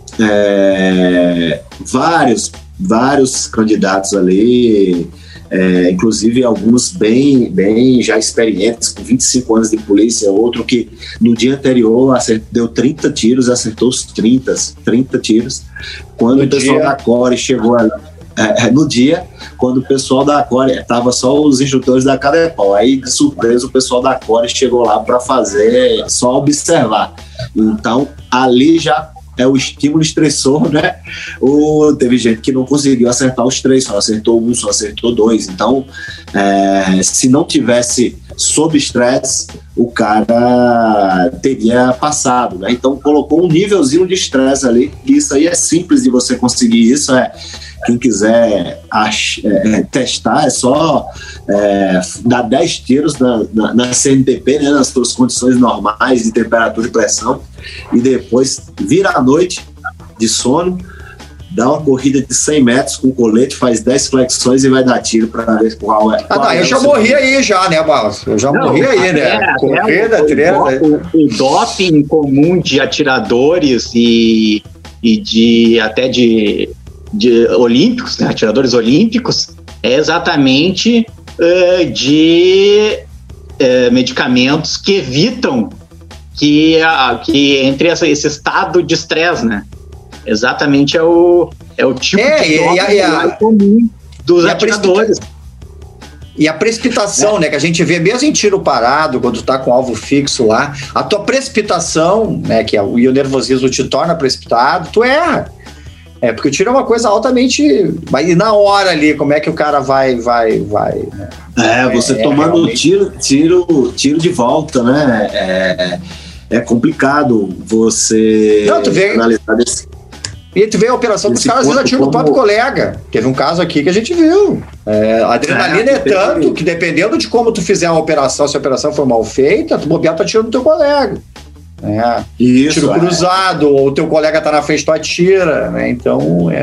E: vários candidatos ali, inclusive alguns bem já experientes, com 25 anos de polícia, outro que no dia anterior deu 30 tiros, acertou os 30 tiros. Quando o pessoal da Core chegou ali, no dia, quando o pessoal da Core, estava só os instrutores da Cadepol, aí de surpresa o pessoal da Core chegou lá para fazer, só observar. Então ali já o estímulo estressor, né? Teve gente que não conseguiu acertar os 3, só acertou 1, só acertou 2. Então, se não tivesse sob estresse, o cara teria passado, né? Então, colocou um nívelzinho de estresse ali. Isso aí é simples de você conseguir isso. Quem quiser testar, é só dar 10 tiros na CNTP, né, nas suas condições normais de temperatura e pressão, e depois vira à noite de sono, dá uma corrida de 100 metros com colete, faz 10 flexões e vai dar tiro para ver qual é.
D: Eu já morri aí já, né, Barros? Eu já morri aí, né? Corrida, treino.
C: O doping comum de atiradores e até de olímpicos, né, atiradores olímpicos, é exatamente de medicamentos que evitam que entre esse estado de estresse, né? Exatamente é o tipo de comum dos atiradores.
D: E a precipitação, né, que a gente vê mesmo em tiro parado, quando tu tá com alvo fixo lá, a tua precipitação, né, que o nervosismo te torna precipitado, tu erra. Porque o tiro é uma coisa altamente... E na hora ali, como é que o cara vai né?
E: Você tomando tiro de volta, né? É complicado você analisar desse...
D: E tu vê a operação que os caras às vezes atiram no próprio colega. Teve um caso aqui que a gente viu. A adrenalina é tanto que, dependendo de como tu fizer a operação, se a operação for mal feita, tu bobear, tu atira no teu colega.
E: Isso,
D: tiro cruzado, ou o teu colega tá na frente, tu atira, né? Então,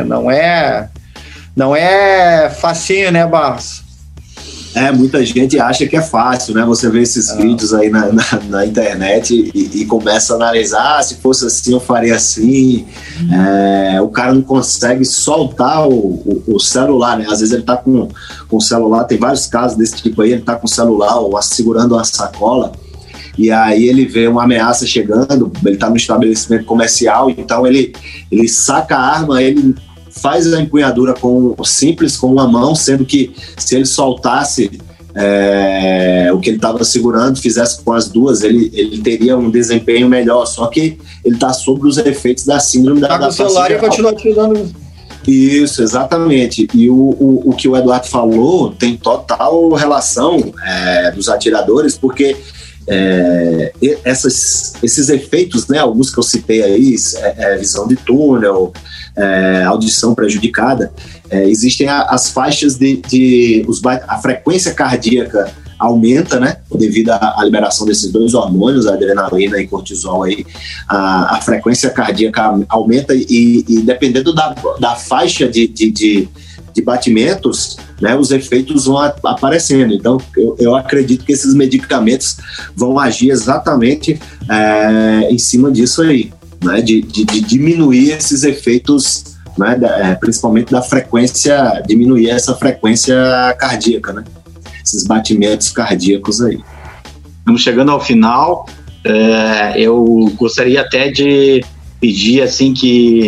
D: não é facinho, né, Barros?
E: Muita gente acha que é fácil, né? Você vê esses vídeos aí na internet e começa a analisar, se fosse assim, eu faria assim. O cara não consegue soltar o celular, né? Às vezes ele tá com o celular, tem vários casos desse tipo aí, ele tá com o celular ou segurando uma sacola, e aí ele vê uma ameaça chegando, ele tá no estabelecimento comercial, então ele saca a arma, ele faz a empunhadura simples com uma mão, sendo que se ele soltasse o que ele estava segurando, fizesse com as duas, ele teria um desempenho melhor, só que ele está sob os efeitos da síndrome da adaptação.
D: O celular e continua tirando.
E: Isso, exatamente. E o que o Eduardo falou tem total relação dos atiradores, porque esses efeitos, né, alguns que eu citei aí, visão de túnel, audição prejudicada, existem as faixas a frequência cardíaca aumenta, né, devido à liberação desses dois hormônios, a adrenalina e cortisol aí, a frequência cardíaca aumenta e dependendo da faixa de batimentos, né, os efeitos vão aparecendo. Então, eu acredito que esses medicamentos vão agir exatamente em cima disso aí, né, de diminuir esses efeitos, né, principalmente da frequência, diminuir essa frequência cardíaca, né, esses batimentos cardíacos aí.
C: Estamos chegando ao final. Eu gostaria até de pedir assim que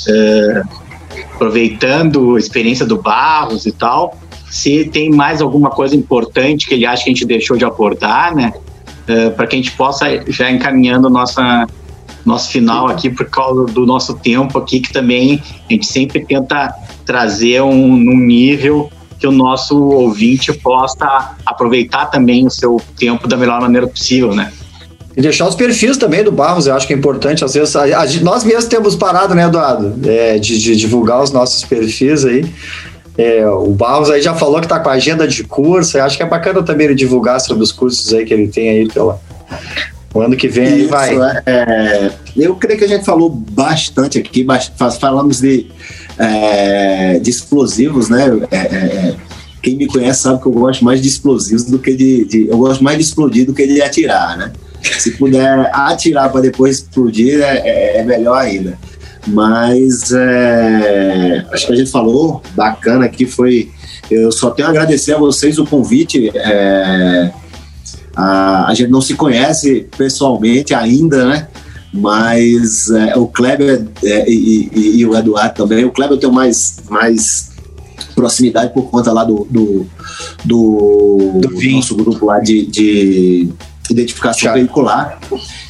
C: aproveitando a experiência do Barros e tal, se tem mais alguma coisa importante que ele acha que a gente deixou de abordar, né? Para que a gente possa já encaminhando nosso final aqui, por causa do nosso tempo aqui, que também a gente sempre tenta trazer num nível que o nosso ouvinte possa aproveitar também o seu tempo da melhor maneira possível, né?
D: E deixar os perfis também do Barros, eu acho que é importante. Às vezes, nós mesmos temos parado, né, Eduardo? De divulgar os nossos perfis aí. O Barros aí já falou que tá com a agenda de curso. Eu acho que é bacana também ele divulgar sobre os cursos aí que ele tem aí o ano que vem. Isso, aí vai.
E: Eu creio que a gente falou bastante aqui, falamos de explosivos, né? Quem me conhece sabe que eu gosto mais de explosivos do que eu gosto mais de explodir do que de atirar, né? Se puder atirar para depois explodir, é melhor ainda. Mas acho que a gente falou bacana aqui, eu só tenho a agradecer a vocês o convite. A gente não se conhece pessoalmente ainda, né? Mas o Kleber e o Eduardo também. O Kleber eu tenho mais proximidade por conta lá do nosso grupo lá de identificação veicular.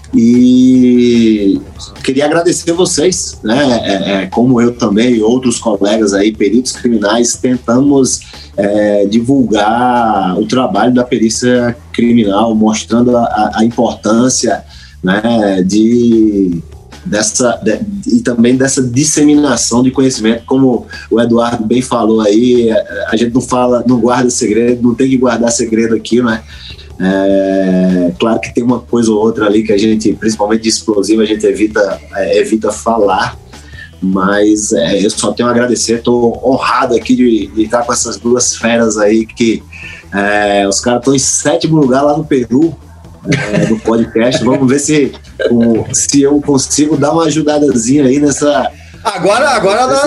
E: E queria agradecer vocês, né? Como eu também e outros colegas aí, peritos criminais, tentamos divulgar o trabalho da perícia criminal, mostrando a importância, né, e também dessa disseminação de conhecimento, como o Eduardo bem falou aí. A gente não guarda segredo, não tem que guardar segredo aqui, né? Claro que tem uma coisa ou outra ali que a gente, principalmente de explosivo, a gente evita falar, mas eu só tenho a agradecer. Estou honrado aqui de estar com essas duas feras aí, que os caras estão em 7º lugar lá no Peru, no podcast. Vamos ver se eu consigo dar uma ajudadazinha aí nessa. Agora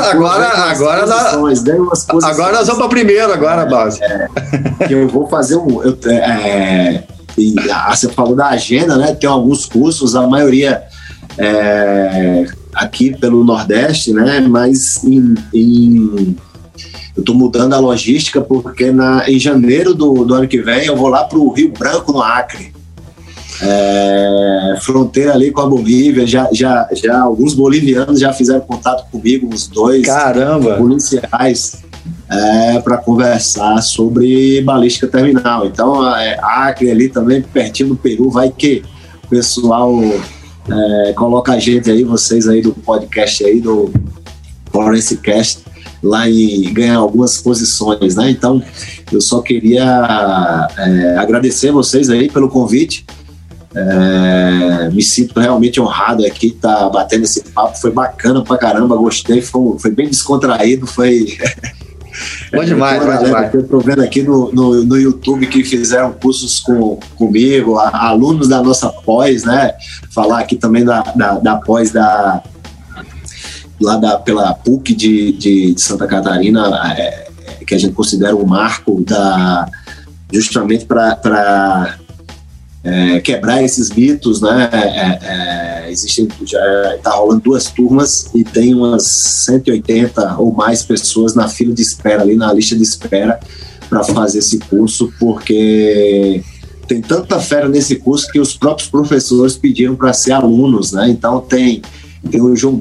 D: nós vamos para primeiro agora, base.
E: Eu vou fazer você falou da agenda, né? Tem alguns cursos, a maioria aqui pelo Nordeste, né? Mas eu estou mudando a logística porque em janeiro do ano que vem eu vou lá para o Rio Branco, no Acre. Fronteira ali com a Bolívia. Já alguns bolivianos já fizeram contato comigo, uns 2 policiais, para conversar sobre balística terminal. Então, Acre ali também, pertinho do Peru, vai que o pessoal coloca a gente aí, vocês aí do podcast aí, do Forensicast, lá e ganhar algumas posições, né? Então, eu só queria agradecer vocês aí pelo convite. Me sinto realmente honrado aqui, tá batendo esse papo, foi bacana pra caramba, gostei, foi bem descontraído, foi
D: bom demais,
E: eu tô vendo aqui no YouTube que fizeram cursos comigo, alunos da nossa pós, né? Falar aqui também da pós pela PUC de Santa Catarina, que a gente considera um marco justamente para quebrar esses mitos, né? Tá rolando 2 turmas e tem umas 180 ou mais pessoas na fila de espera, ali na lista de espera, para fazer esse curso, porque tem tanta fera nesse curso que os próprios professores pediram para ser alunos, né? Então tem o João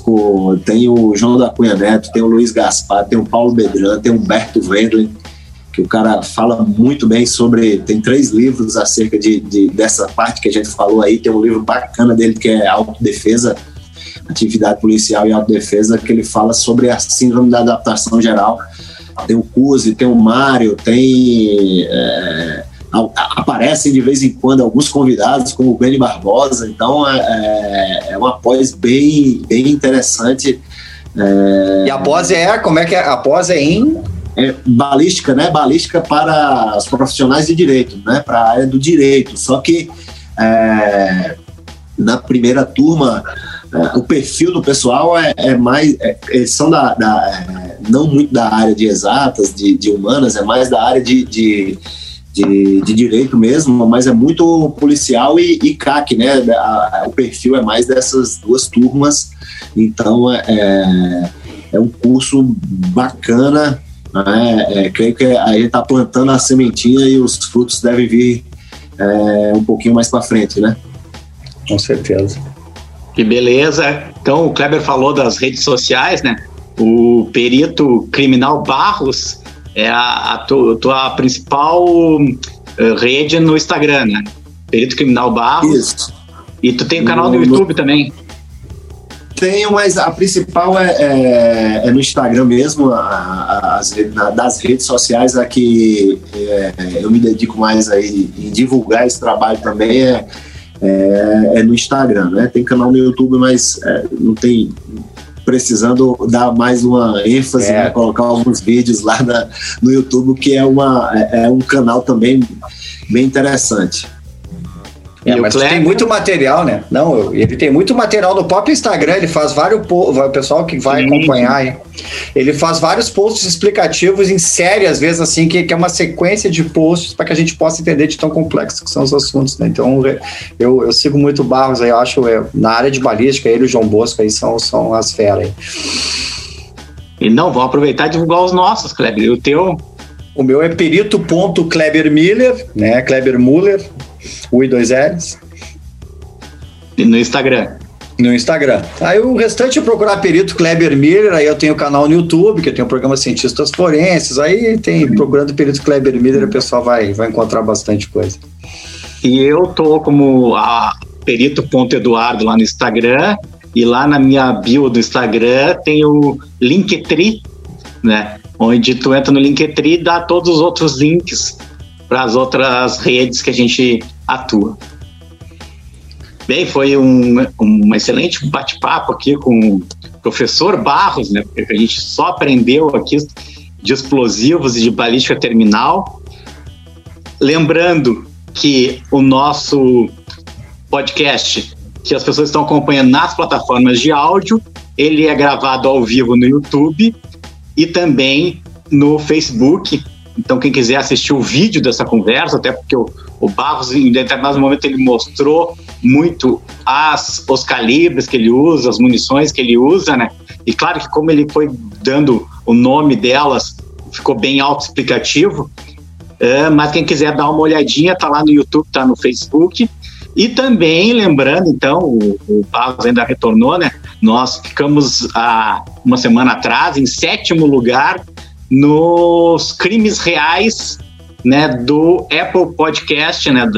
E: Bosco, tem o João da Cunha Neto, tem o Luiz Gaspar, tem o Paulo Bedran, tem o Humberto Wendler. que o cara fala muito bem sobre... Tem 3 livros acerca dessa parte que a gente falou aí. Tem um livro bacana dele que é Autodefesa, Atividade Policial e Autodefesa, que ele fala sobre a síndrome da adaptação geral. Tem o Cusi, tem o Mário, tem... aparecem de vez em quando alguns convidados, como o Benny Barbosa. Então é uma pós bem interessante.
D: E a pós como é que é? A pós é em...
E: balística, né? Balística para os profissionais de direito, né? Para a área do direito. Só que na primeira turma o perfil do pessoal é mais... eles são não muito da área de exatas, de humanas, é mais da área de direito mesmo, mas é muito policial e CAC, né? O perfil é mais dessas 2 turmas. Então é um curso bacana, né? Creio que a gente está plantando a sementinha e os frutos devem vir um pouquinho mais para frente, né?
D: Com certeza.
C: Que beleza. Então o Kleber falou das redes sociais, né? O perito criminal Barros é a tua principal rede no Instagram, né? Perito criminal Barros. Isso. E tu tem um canal no YouTube também?
E: Tenho, mas a principal é no Instagram mesmo. Das redes sociais a que eu me dedico mais aí em divulgar esse trabalho também é no Instagram, né? Tem canal no YouTube, mas não tem... precisando dar mais uma ênfase, né? Colocar alguns vídeos lá no YouTube, que é um canal também bem interessante.
D: Mas tem muito material, né? Não, ele tem muito material no próprio Instagram. Ele faz vários o pessoal que vai acompanhar aí, ele faz vários posts explicativos em série, às vezes assim, que é uma sequência de posts para que a gente possa entender de tão complexo que são os assuntos, né? Então eu sigo muito o Barros aí, eu acho, na área de balística, ele e o João Bosco aí são as feras aí.
C: E não, vamos aproveitar e divulgar os nossos, Kleber. E o teu?
D: O meu é perito.klebermiller, né? Kleber Muller, U e 2 L's.
C: E no Instagram?
D: No Instagram. Aí o restante é procurar perito Kleber Miller, aí eu tenho o canal no YouTube, que eu tenho o programa Cientistas Forenses, aí procurando perito Kleber Miller, o pessoal vai encontrar bastante coisa.
C: E eu tô como a perito.eduardo lá no Instagram, e lá na minha bio do Instagram tem o Linktree, né? Onde tu entra no Linktree e dá todos os outros links para as outras redes que a gente atua. Bem, foi um excelente bate-papo aqui com o professor Barros, né? Porque a gente só aprendeu aqui de explosivos e de balística terminal. Lembrando que o nosso podcast, que as pessoas estão acompanhando nas plataformas de áudio, ele é gravado ao vivo no YouTube e também no Facebook. Então, quem quiser assistir o vídeo dessa conversa, até porque o Barros, em determinado momento, ele mostrou muito os calibres que ele usa, as munições que ele usa, né? E claro que como ele foi dando o nome delas, ficou bem autoexplicativo, mas quem quiser dar uma olhadinha, tá lá no YouTube, tá no Facebook. E também, lembrando, então, o Barros ainda retornou, né? Nós ficamos há uma semana atrás em 7º lugar nos crimes reais, né, do Apple Podcast, né,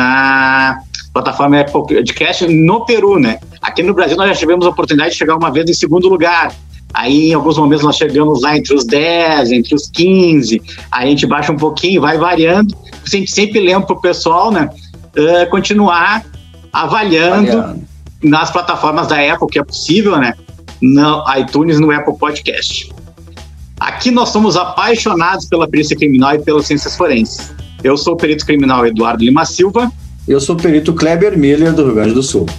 C: na plataforma Apple Podcast no Peru, né? Aqui no Brasil nós já tivemos a oportunidade de chegar uma vez em 2º lugar. Aí em alguns momentos nós chegamos lá entre os 10, entre os 15, aí a gente baixa um pouquinho, vai variando. A gente sempre lembra pro pessoal, né, continuar avaliando nas plataformas da Apple, que é possível, né, no iTunes, no Apple Podcast. Aqui nós somos apaixonados pela perícia criminal e pelas ciências forenses. Eu sou o perito criminal Eduardo Lima Silva.
D: Eu sou o perito Kleber Miller, do Rio Grande do Sul.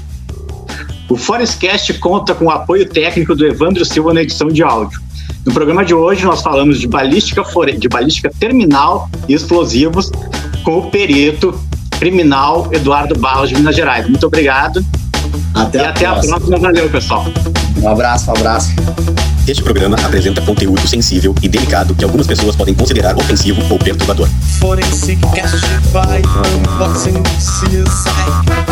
C: O Forestcast conta com o apoio técnico do Evandro Silva na edição de áudio. No programa de hoje nós falamos de balística terminal e explosivos com o perito criminal Eduardo Barros, de Minas Gerais. Muito obrigado. Até a próxima. Valeu, pessoal.
D: Um abraço.
A: Este programa apresenta conteúdo sensível e delicado que algumas pessoas podem considerar ofensivo ou perturbador.
B: Forensic Cast by Unboxing CSI.